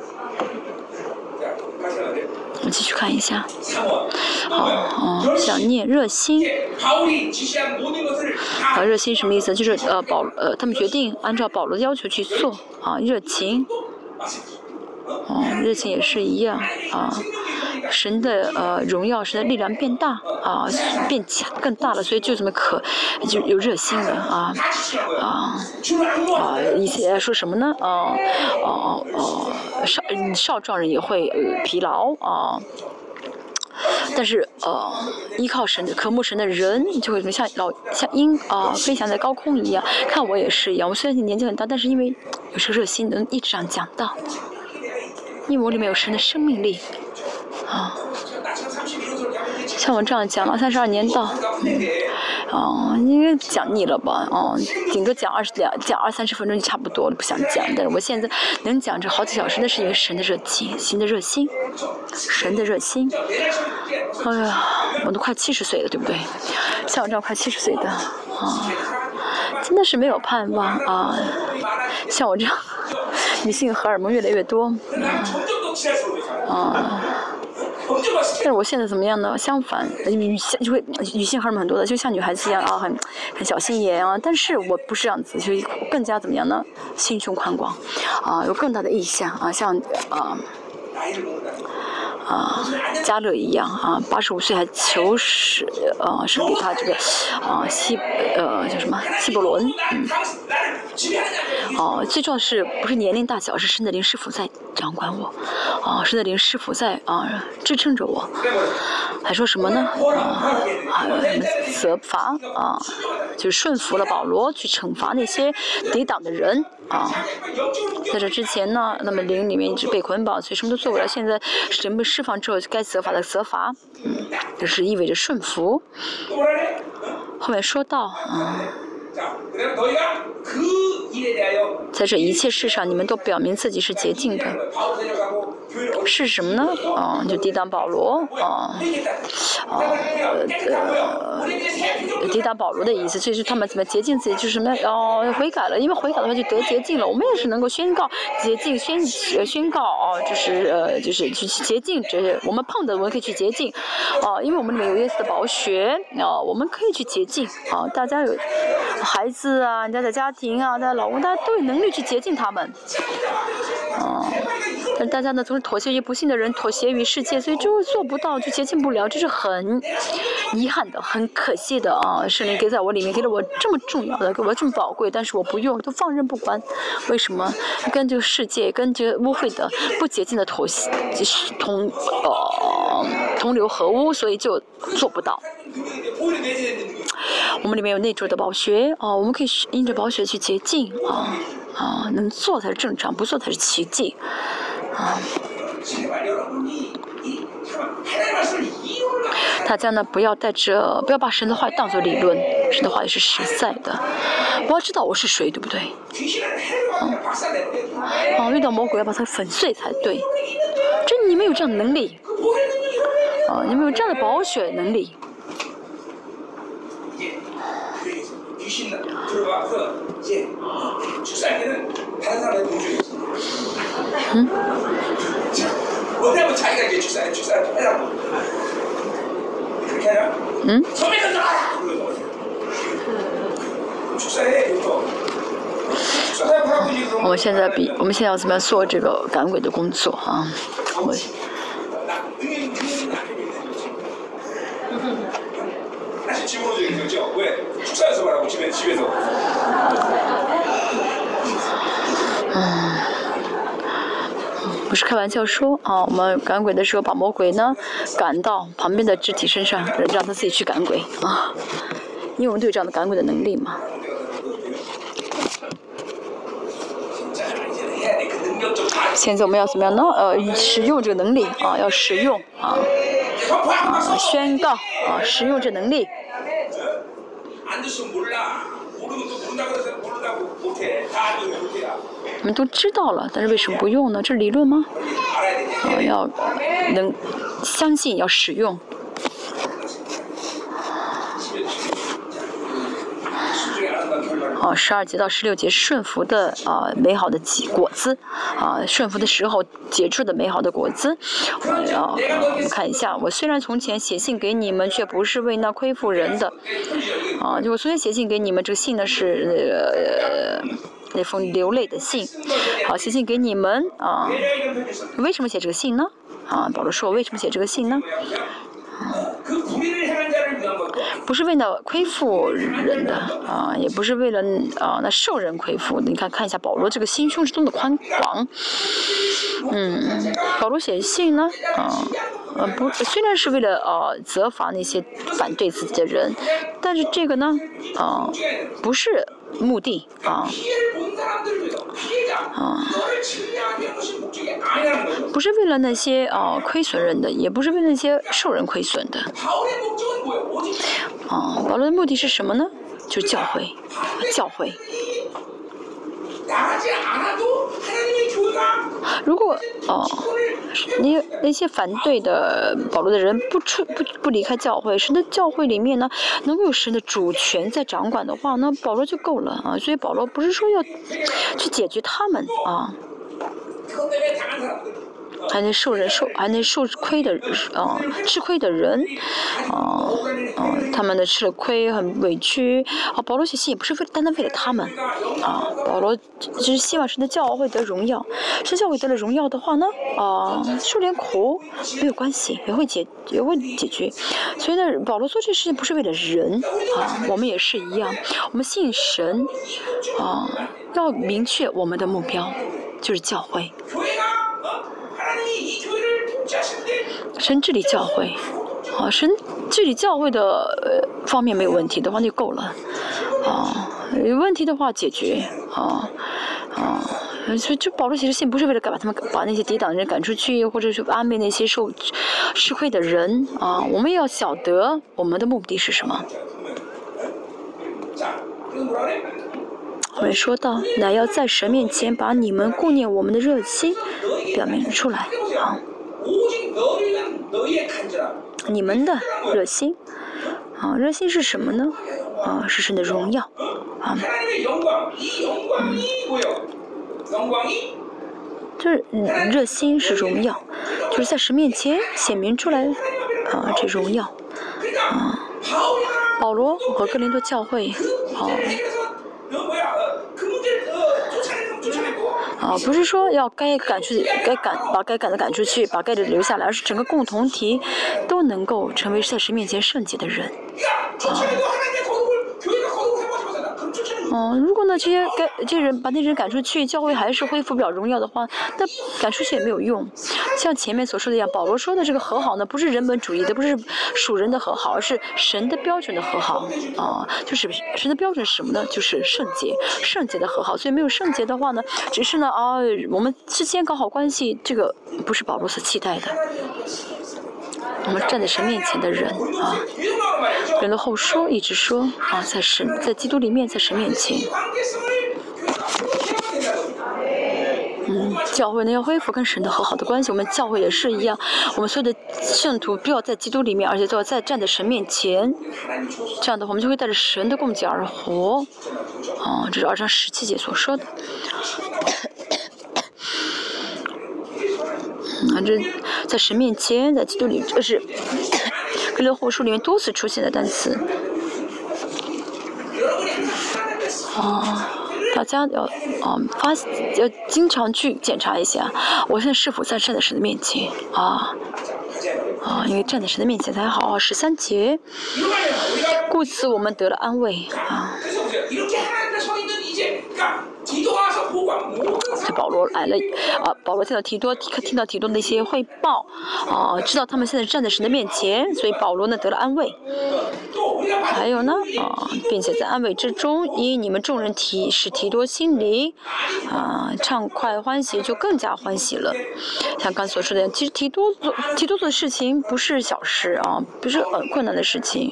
我们继续看一下，想念热心热心什么意思？就是他们决定按照保罗的要求去做热情热情也是一样神的荣耀，神的力量变大变强更大了，所以就这么就有热心了以前说什么呢少壮人也会疲劳但是依靠神的渴慕神的人就会像鹰飞翔在高空一样。看我也是一样，我虽然年纪很大，但是因为有这个热心能一直这样讲道，因为我里面有神的生命力像我这样讲了32年到应该讲腻了吧顶多讲20-30分钟就差不多了，不想讲。但是我现在能讲这好几小时，那是因为神的热情，神的热心。哎呀，我都快70岁了，对不对？像我这样快70岁的真的是没有盼望像我这样女性荷尔蒙越来越多但是我现在怎么样呢？相反，女性荷尔蒙很多的，就像女孩子一样很小心眼但是我不是这样子，就更加怎么样呢？心胸宽广有更大的意向像加勒一样85岁还求是给他这个叫什么希伯伦最重要的是不是年龄大小，是神的灵是否在掌管我神的灵是否在支撑着我？还说什么呢？责罚就是顺服了保罗去惩罚那些抵挡的人在这之前呢，那么灵里面一直被捆绑，所以什么都做不了。现在神被释放之后，该责罚的责罚，就是意味着顺服。后面说到在这一切事上，你们都表明自己是洁净的。是什么呢？就抵挡保罗，抵挡保罗的意思，就是他们怎么洁净自己，就是什么悔改了，因为悔改的话就得洁净了。我们也是能够宣告洁净，宣告就是去洁净，这我们碰的我们可以去洁净，因为我们里面有耶稣的宝血，我们可以去洁净，大家有孩子人家的家庭大家老公，大家都有能力去洁净他们，但是大家呢总是妥协于不幸的人，妥协于世界，所以就做不到，就洁净不了，这是很遗憾的，很可惜的圣灵给在我里面，给了我这么重要的，给我这么宝贵，但是我不用，都放任不管。为什么？跟这个世界，跟这个污秽的、不洁净的妥协，同流合污，所以就做不到。我们里面有内住的宝血我们可以因着宝血去洁净能做才是正常，不做才是奇迹大家呢不要把神的话当作理论，神的话也是实在的。我要知道我是谁，对不对？遇到魔鬼要把它粉碎才对。你们有这样的能力你们有这样的宝血能力。我们现在要怎么样做这个赶鬼的工作不是开玩笑说我们赶鬼的时候把魔鬼呢赶到旁边的肢体身上，让他自己去赶鬼因为我们对这样的赶鬼的能力嘛。现在我们要怎么样呢？使用这个能力要使用宣告使用这能力。我们都知道了，但是为什么不用呢？这是理论吗？要能相信，要使用。12节到16节是顺服的美好的果子顺服的时候结出的美好的果子。我们看一下，我虽然从前写信给你们，却不是为那亏负人的就我昨天写信给你们，这个信呢是那封流泪的信。写信给你们为什么写这个信呢？保罗说，为什么写这个信呢？不是为了亏负人的也不是为了那受人亏负。你看一下保罗这个心胸是多么的宽广。保罗写信呢虽然是为了责罚那些反对自己的人，但是这个呢不是目的不是为了那些亏损人的，也不是为了那些受人亏损的。保罗的目的是什么呢？就是教会。如果那些反对的保罗的人不离开教会，神的教会里面呢能够有神的主权在掌管的话，那保罗就够了所以保罗不是说要去解决他们还能受亏的吃亏的人他们的吃了亏很委屈保罗写信也不是单单为了他们保罗只是希望神的教会得荣耀。神教会得了荣耀的话呢受点苦没有关系，也会解决。所以呢保罗做这事情不是为了人我们也是一样，我们信神要明确我们的目标就是教会。 神治理教会，神治理教会的方面没有问题的话，那就够了，有问题的话解决，所以这保罗写的信不是为了把那些抵挡的人赶出去，或者是安慰那些受吃亏的人我们要晓得我们的目的是什么。后面说到，乃要在神面前把你们顾念我们的热心表明出来你们的热心热心是什么呢？是神的荣耀这热心是荣耀，就是在神面前显明出来这荣耀保罗和哥林多教会不是说要把该赶的赶出去，把该的留下来，而是整个共同体都能够成为在神面前圣洁的人如果呢这些人把那人赶出去，教会还是恢复不了荣耀的话，那赶出去也没有用。像前面所说的一样，保罗说的这个和好呢，不是人本主义的，不是属人的和好，而是神的标准的和好就是神的标准是什么呢？就是圣洁的和好。所以没有圣洁的话呢，只是呢我们之间搞好关系，这个不是保罗所期待的。我们站在神面前的人人的后书一直说在基督里面，在神面前教会呢要恢复跟神的和好的关系，我们教会也是一样，我们所有的圣徒不要在基督里面，而且都要站在神面前，这样的话我们就会带着神的供给而活这是2章17节所说的这在神面前，在基督里，这是哥林多后书里面多次出现的单词大家要经常去检查一下，我现在是否站在神的面前因为站在神的面前才好13节，故此我们得了安慰保罗来了保罗听到提多的那些汇报知道他们现在站在神的面前，所以保罗呢得了安慰。还有呢并且在安慰之中，因你们众人使提多心里畅快欢喜，就更加欢喜了。像刚所说的，其实提多做的事情不是小事不是很困难的事情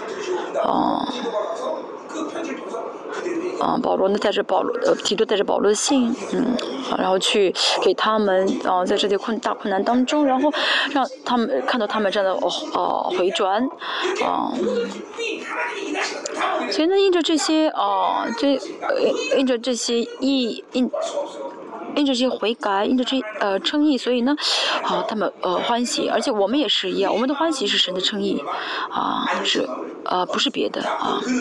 保罗呢提多带着保罗的信然后去给他们在这些大困难当中，然后让他们看到他们这样的回转所以呢因着这些因着这些悔改，因着这称义，所以呢他们欢喜，而且我们也是一样，我们的欢喜是神的称义是不是别的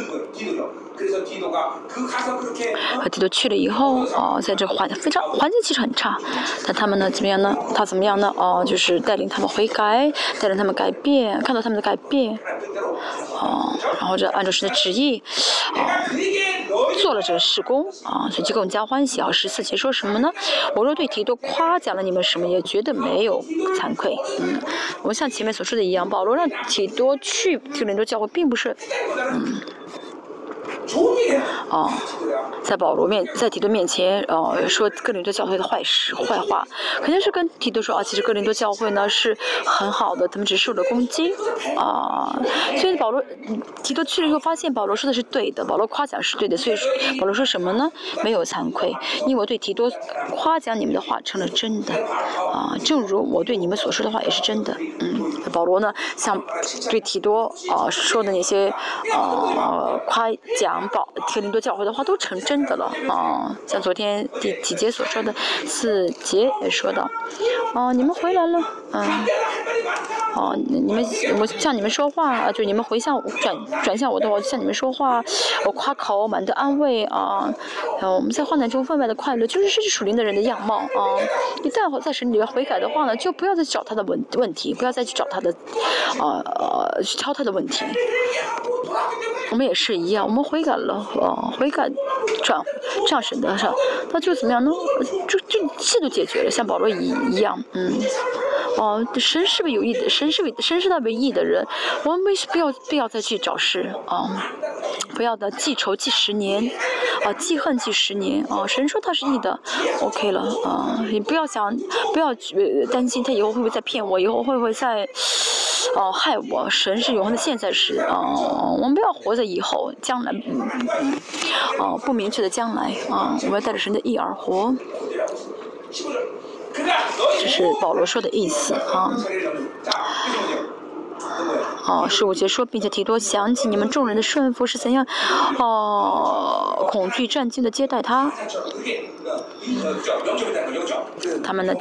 提多去了以后在这环境其实很差，但他们呢怎么样呢？他怎么样呢？就是带领他们悔改，带领他们改变，看到他们的改变然后按照神的旨意做了这个事工所以就更加欢喜14节说什么呢？我若对提多夸奖了你们什么，也觉得没有惭愧我们像前面所说的一样，保罗让提多去哥林多教会并不是在提多面前说哥林多教会的坏话，肯定是跟提多说其实哥林多教会呢是很好的，他们只受了攻击所以提多去了以后发现保罗说的是对的，保罗夸奖是对的，所以保罗说什么呢？没有惭愧，因为我对提多夸奖你们的话成了真的正如我对你们所说的话也是真的保罗呢像对提多说的那些夸奖哥林多教会的话都成真的了像昨天第几节所说的4节也说到你们回来了我向你们说话就你们回向转向我的话，我向你们说话，我夸口满得安慰我们在患难中分外的快乐，就是这是属灵的人的样貌一旦在神里面悔改的话呢，就不要再找他的问题，不要再去找他的去挑他的问题。我们也是一样，我们悔改了悔改转神的上，那就怎么样呢？就一切都解决了，像保罗一样神是为有益的，神是他为义的人，我们不要再去找事不要的记仇记10年，记恨记10年神说他是义的 ，OK 了你不要担心他以后会不会再骗我，以后会不会再害我。神是永恒的现在时我们不要活在以后将来不明确的将来我们要带着神的义而活。这是保罗说的意思15节说，并且提多想起你们众人的顺服是怎样恐惧战惊的接待他，他们的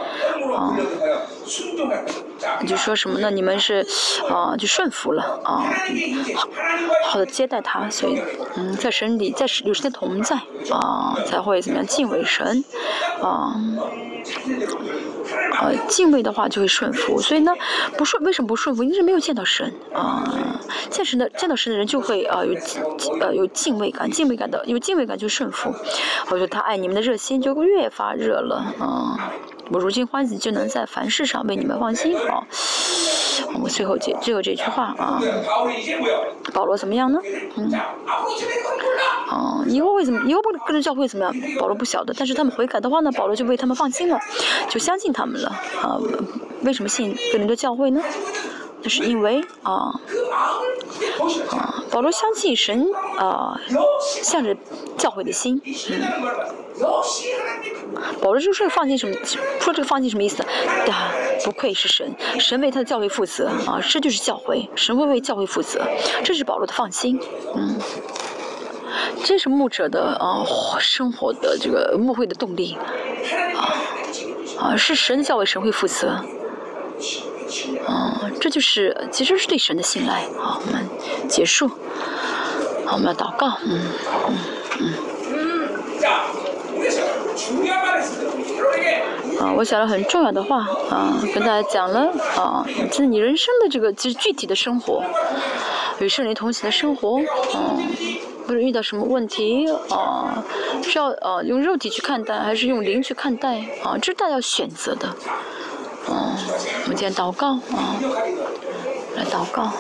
就说什么呢？你们是就顺服了好的接待他，所以在神里，在有神的同在才会怎么样敬畏神敬畏的话就会顺服，所以呢，为什么不顺服？因为是没有见到神见到神的人就会有敬畏感，有敬畏感就顺服。我说他爱你们的热心就越发热了我如今欢喜就能在凡事上为你们放心我们最后这句话保罗怎么样呢？以后不跟着教会怎么样？保罗不晓得，但是他们悔改的话呢，保罗就为他们放心了，就相信他们了为什么信哥林多教会呢？就是因为保罗相信神向着教会的心保罗就说放心什么？说这个放心什么意思？不愧是神，神为他的教会负责这就是教会，神会为教会负责，这是保罗的放心这是牧者的生活的这个牧会的动力是神的教会，神会负责这就是其实是对神的信赖我们结束我们要祷告我想了很重要的话跟大家讲了就是你人生的这个就是具体的生活，与圣灵同行的生活不是遇到什么问题是要用肉体去看待还是用灵去看待这是大家要选择的我们今天祷告来祷告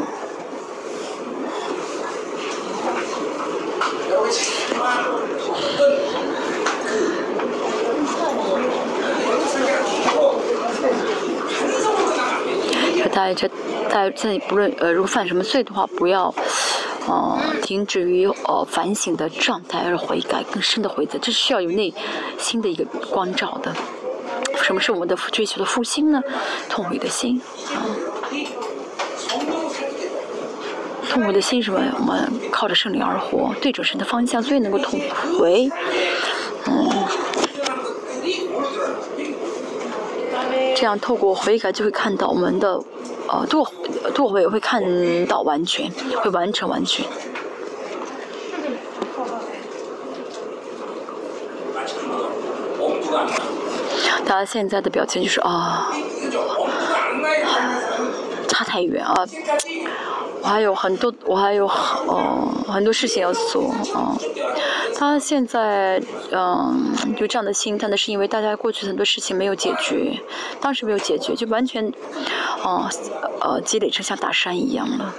大家不论如果犯什么罪的话，不要停止于反省的状态而悔改，更深的悔改，这是需要有内心的一个光照的。什么是我们的追求的复兴呢？痛悔的心痛悔的心什么？我们靠着圣灵而活，对准神的方向，所以能够痛悔。这样透过悔改就会看到我们的堕悔会看到完全，会完成完全。大家现在的表情就是差太远我还有很多事情要做他现在有这样的心态呢，是因为大家过去很多事情没有解决，当时没有解决，就完全积累成像大山一样了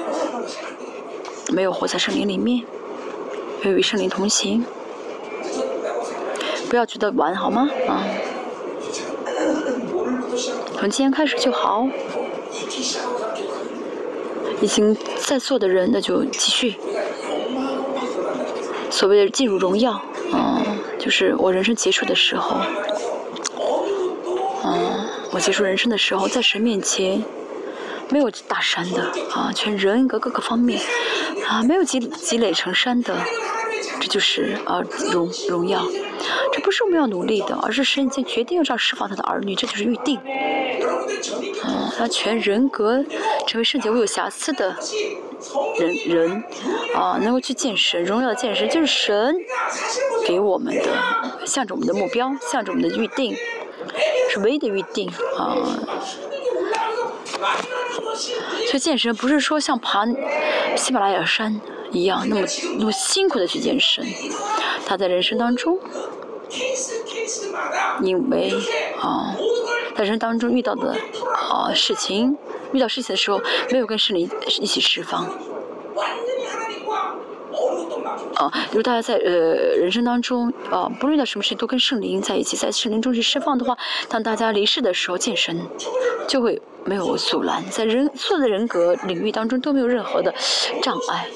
没有活在圣灵里面，没有与圣灵同行。不要觉得晚好吗从今天开始就好。已经在座的人那就继续所谓的进入荣耀就是我人生结束的时候我结束人生的时候，在神面前没有大山的全人格各个方面没有积累成山的，这就是荣耀。这不是我们要努力的，而是神已经决定要这样释放他的儿女，这就是预定他全人格成为圣洁无有瑕疵的人能够去见神，荣耀的见神，就是神给我们的，向着我们的目标，向着我们的预定，是唯一的预定所以见神不是说像爬喜马拉雅山一样那么辛苦的去见神，他在人生当中因为在人生当中遇到的事情，遇到事情的时候，没有跟圣灵一起释放。如果大家在人生当中不论遇到什么事情都跟圣灵在一起，在圣灵中去释放的话，当大家离世的时候见神，就会没有阻拦，在所有的人格领域当中都没有任何的障碍。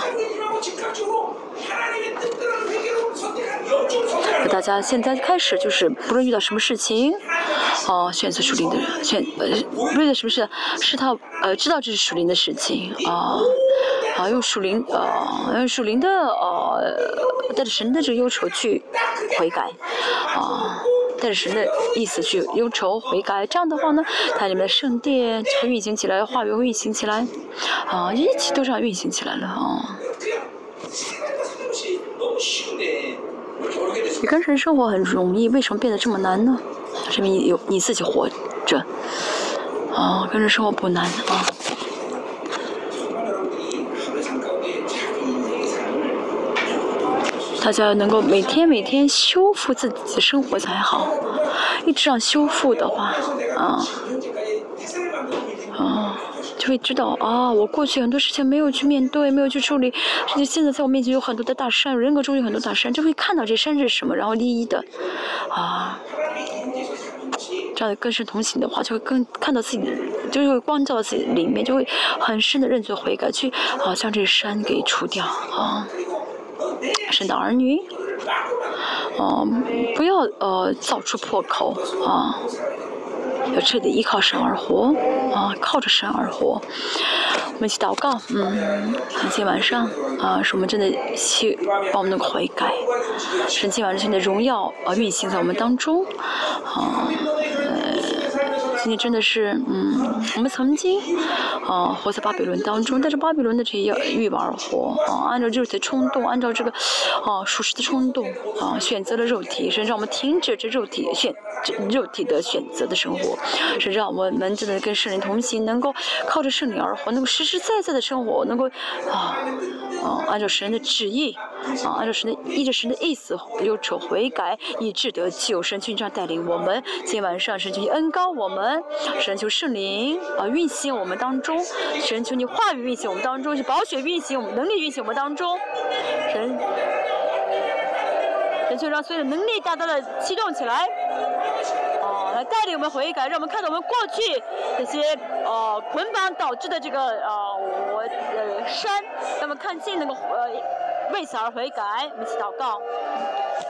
大家现在开始就是不论遇到什么事情，选择属灵的人，不论遇到什么事，是他知道这是属灵的事情用属灵的带着神的这个忧愁去悔改带着神的意思去忧愁悔改，这样的话呢，它里面的圣殿会运行起来，话语会运行起来一起都这样运行起来了你跟神生活很容易，为什么变得这么难呢？是因为你自己活着跟人生活不难大家能够每天修复自己的生活才好，一直这样修复的话就会知道我过去很多事情没有去面对，没有去处理，甚至现在在我面前有很多的大山，人格中有很多大山，就会看到这山是什么，然后一一的这样跟神同行的话，就会更看到自己，就会光照到自己里面，就会很深的认罪悔改，去将这山给除掉神的儿女不要造出破口要彻底依靠神而活靠着神而活。我们一起祷告今天晚上是我们真的希望我们能够悔改，神今晚上的荣耀运行在我们当中今天真的是我们曾经活在巴比伦当中，但是巴比伦的这些欲望而活按照肉体的冲动，按照这个属实的冲动选择了肉体，甚至让我们停止这肉体的选择的生活，甚至让我们真的跟圣灵同行，能够靠着圣灵而活，能够实实在在的生活，能够按照神的旨意按照依着神的意思忧愁悔改，以致得救。神君这样带领我们，今天晚上神君恩膏我们，神求圣灵运行我们当中，神求你话语运行我们当中，是宝血运行我们，能力运行我们当中，神求让所有的能力大大的启动起来来带领我们悔改，让我们看到我们过去这些捆绑导致的这个山，让我们看见能够为此而悔改。我们一起祷告。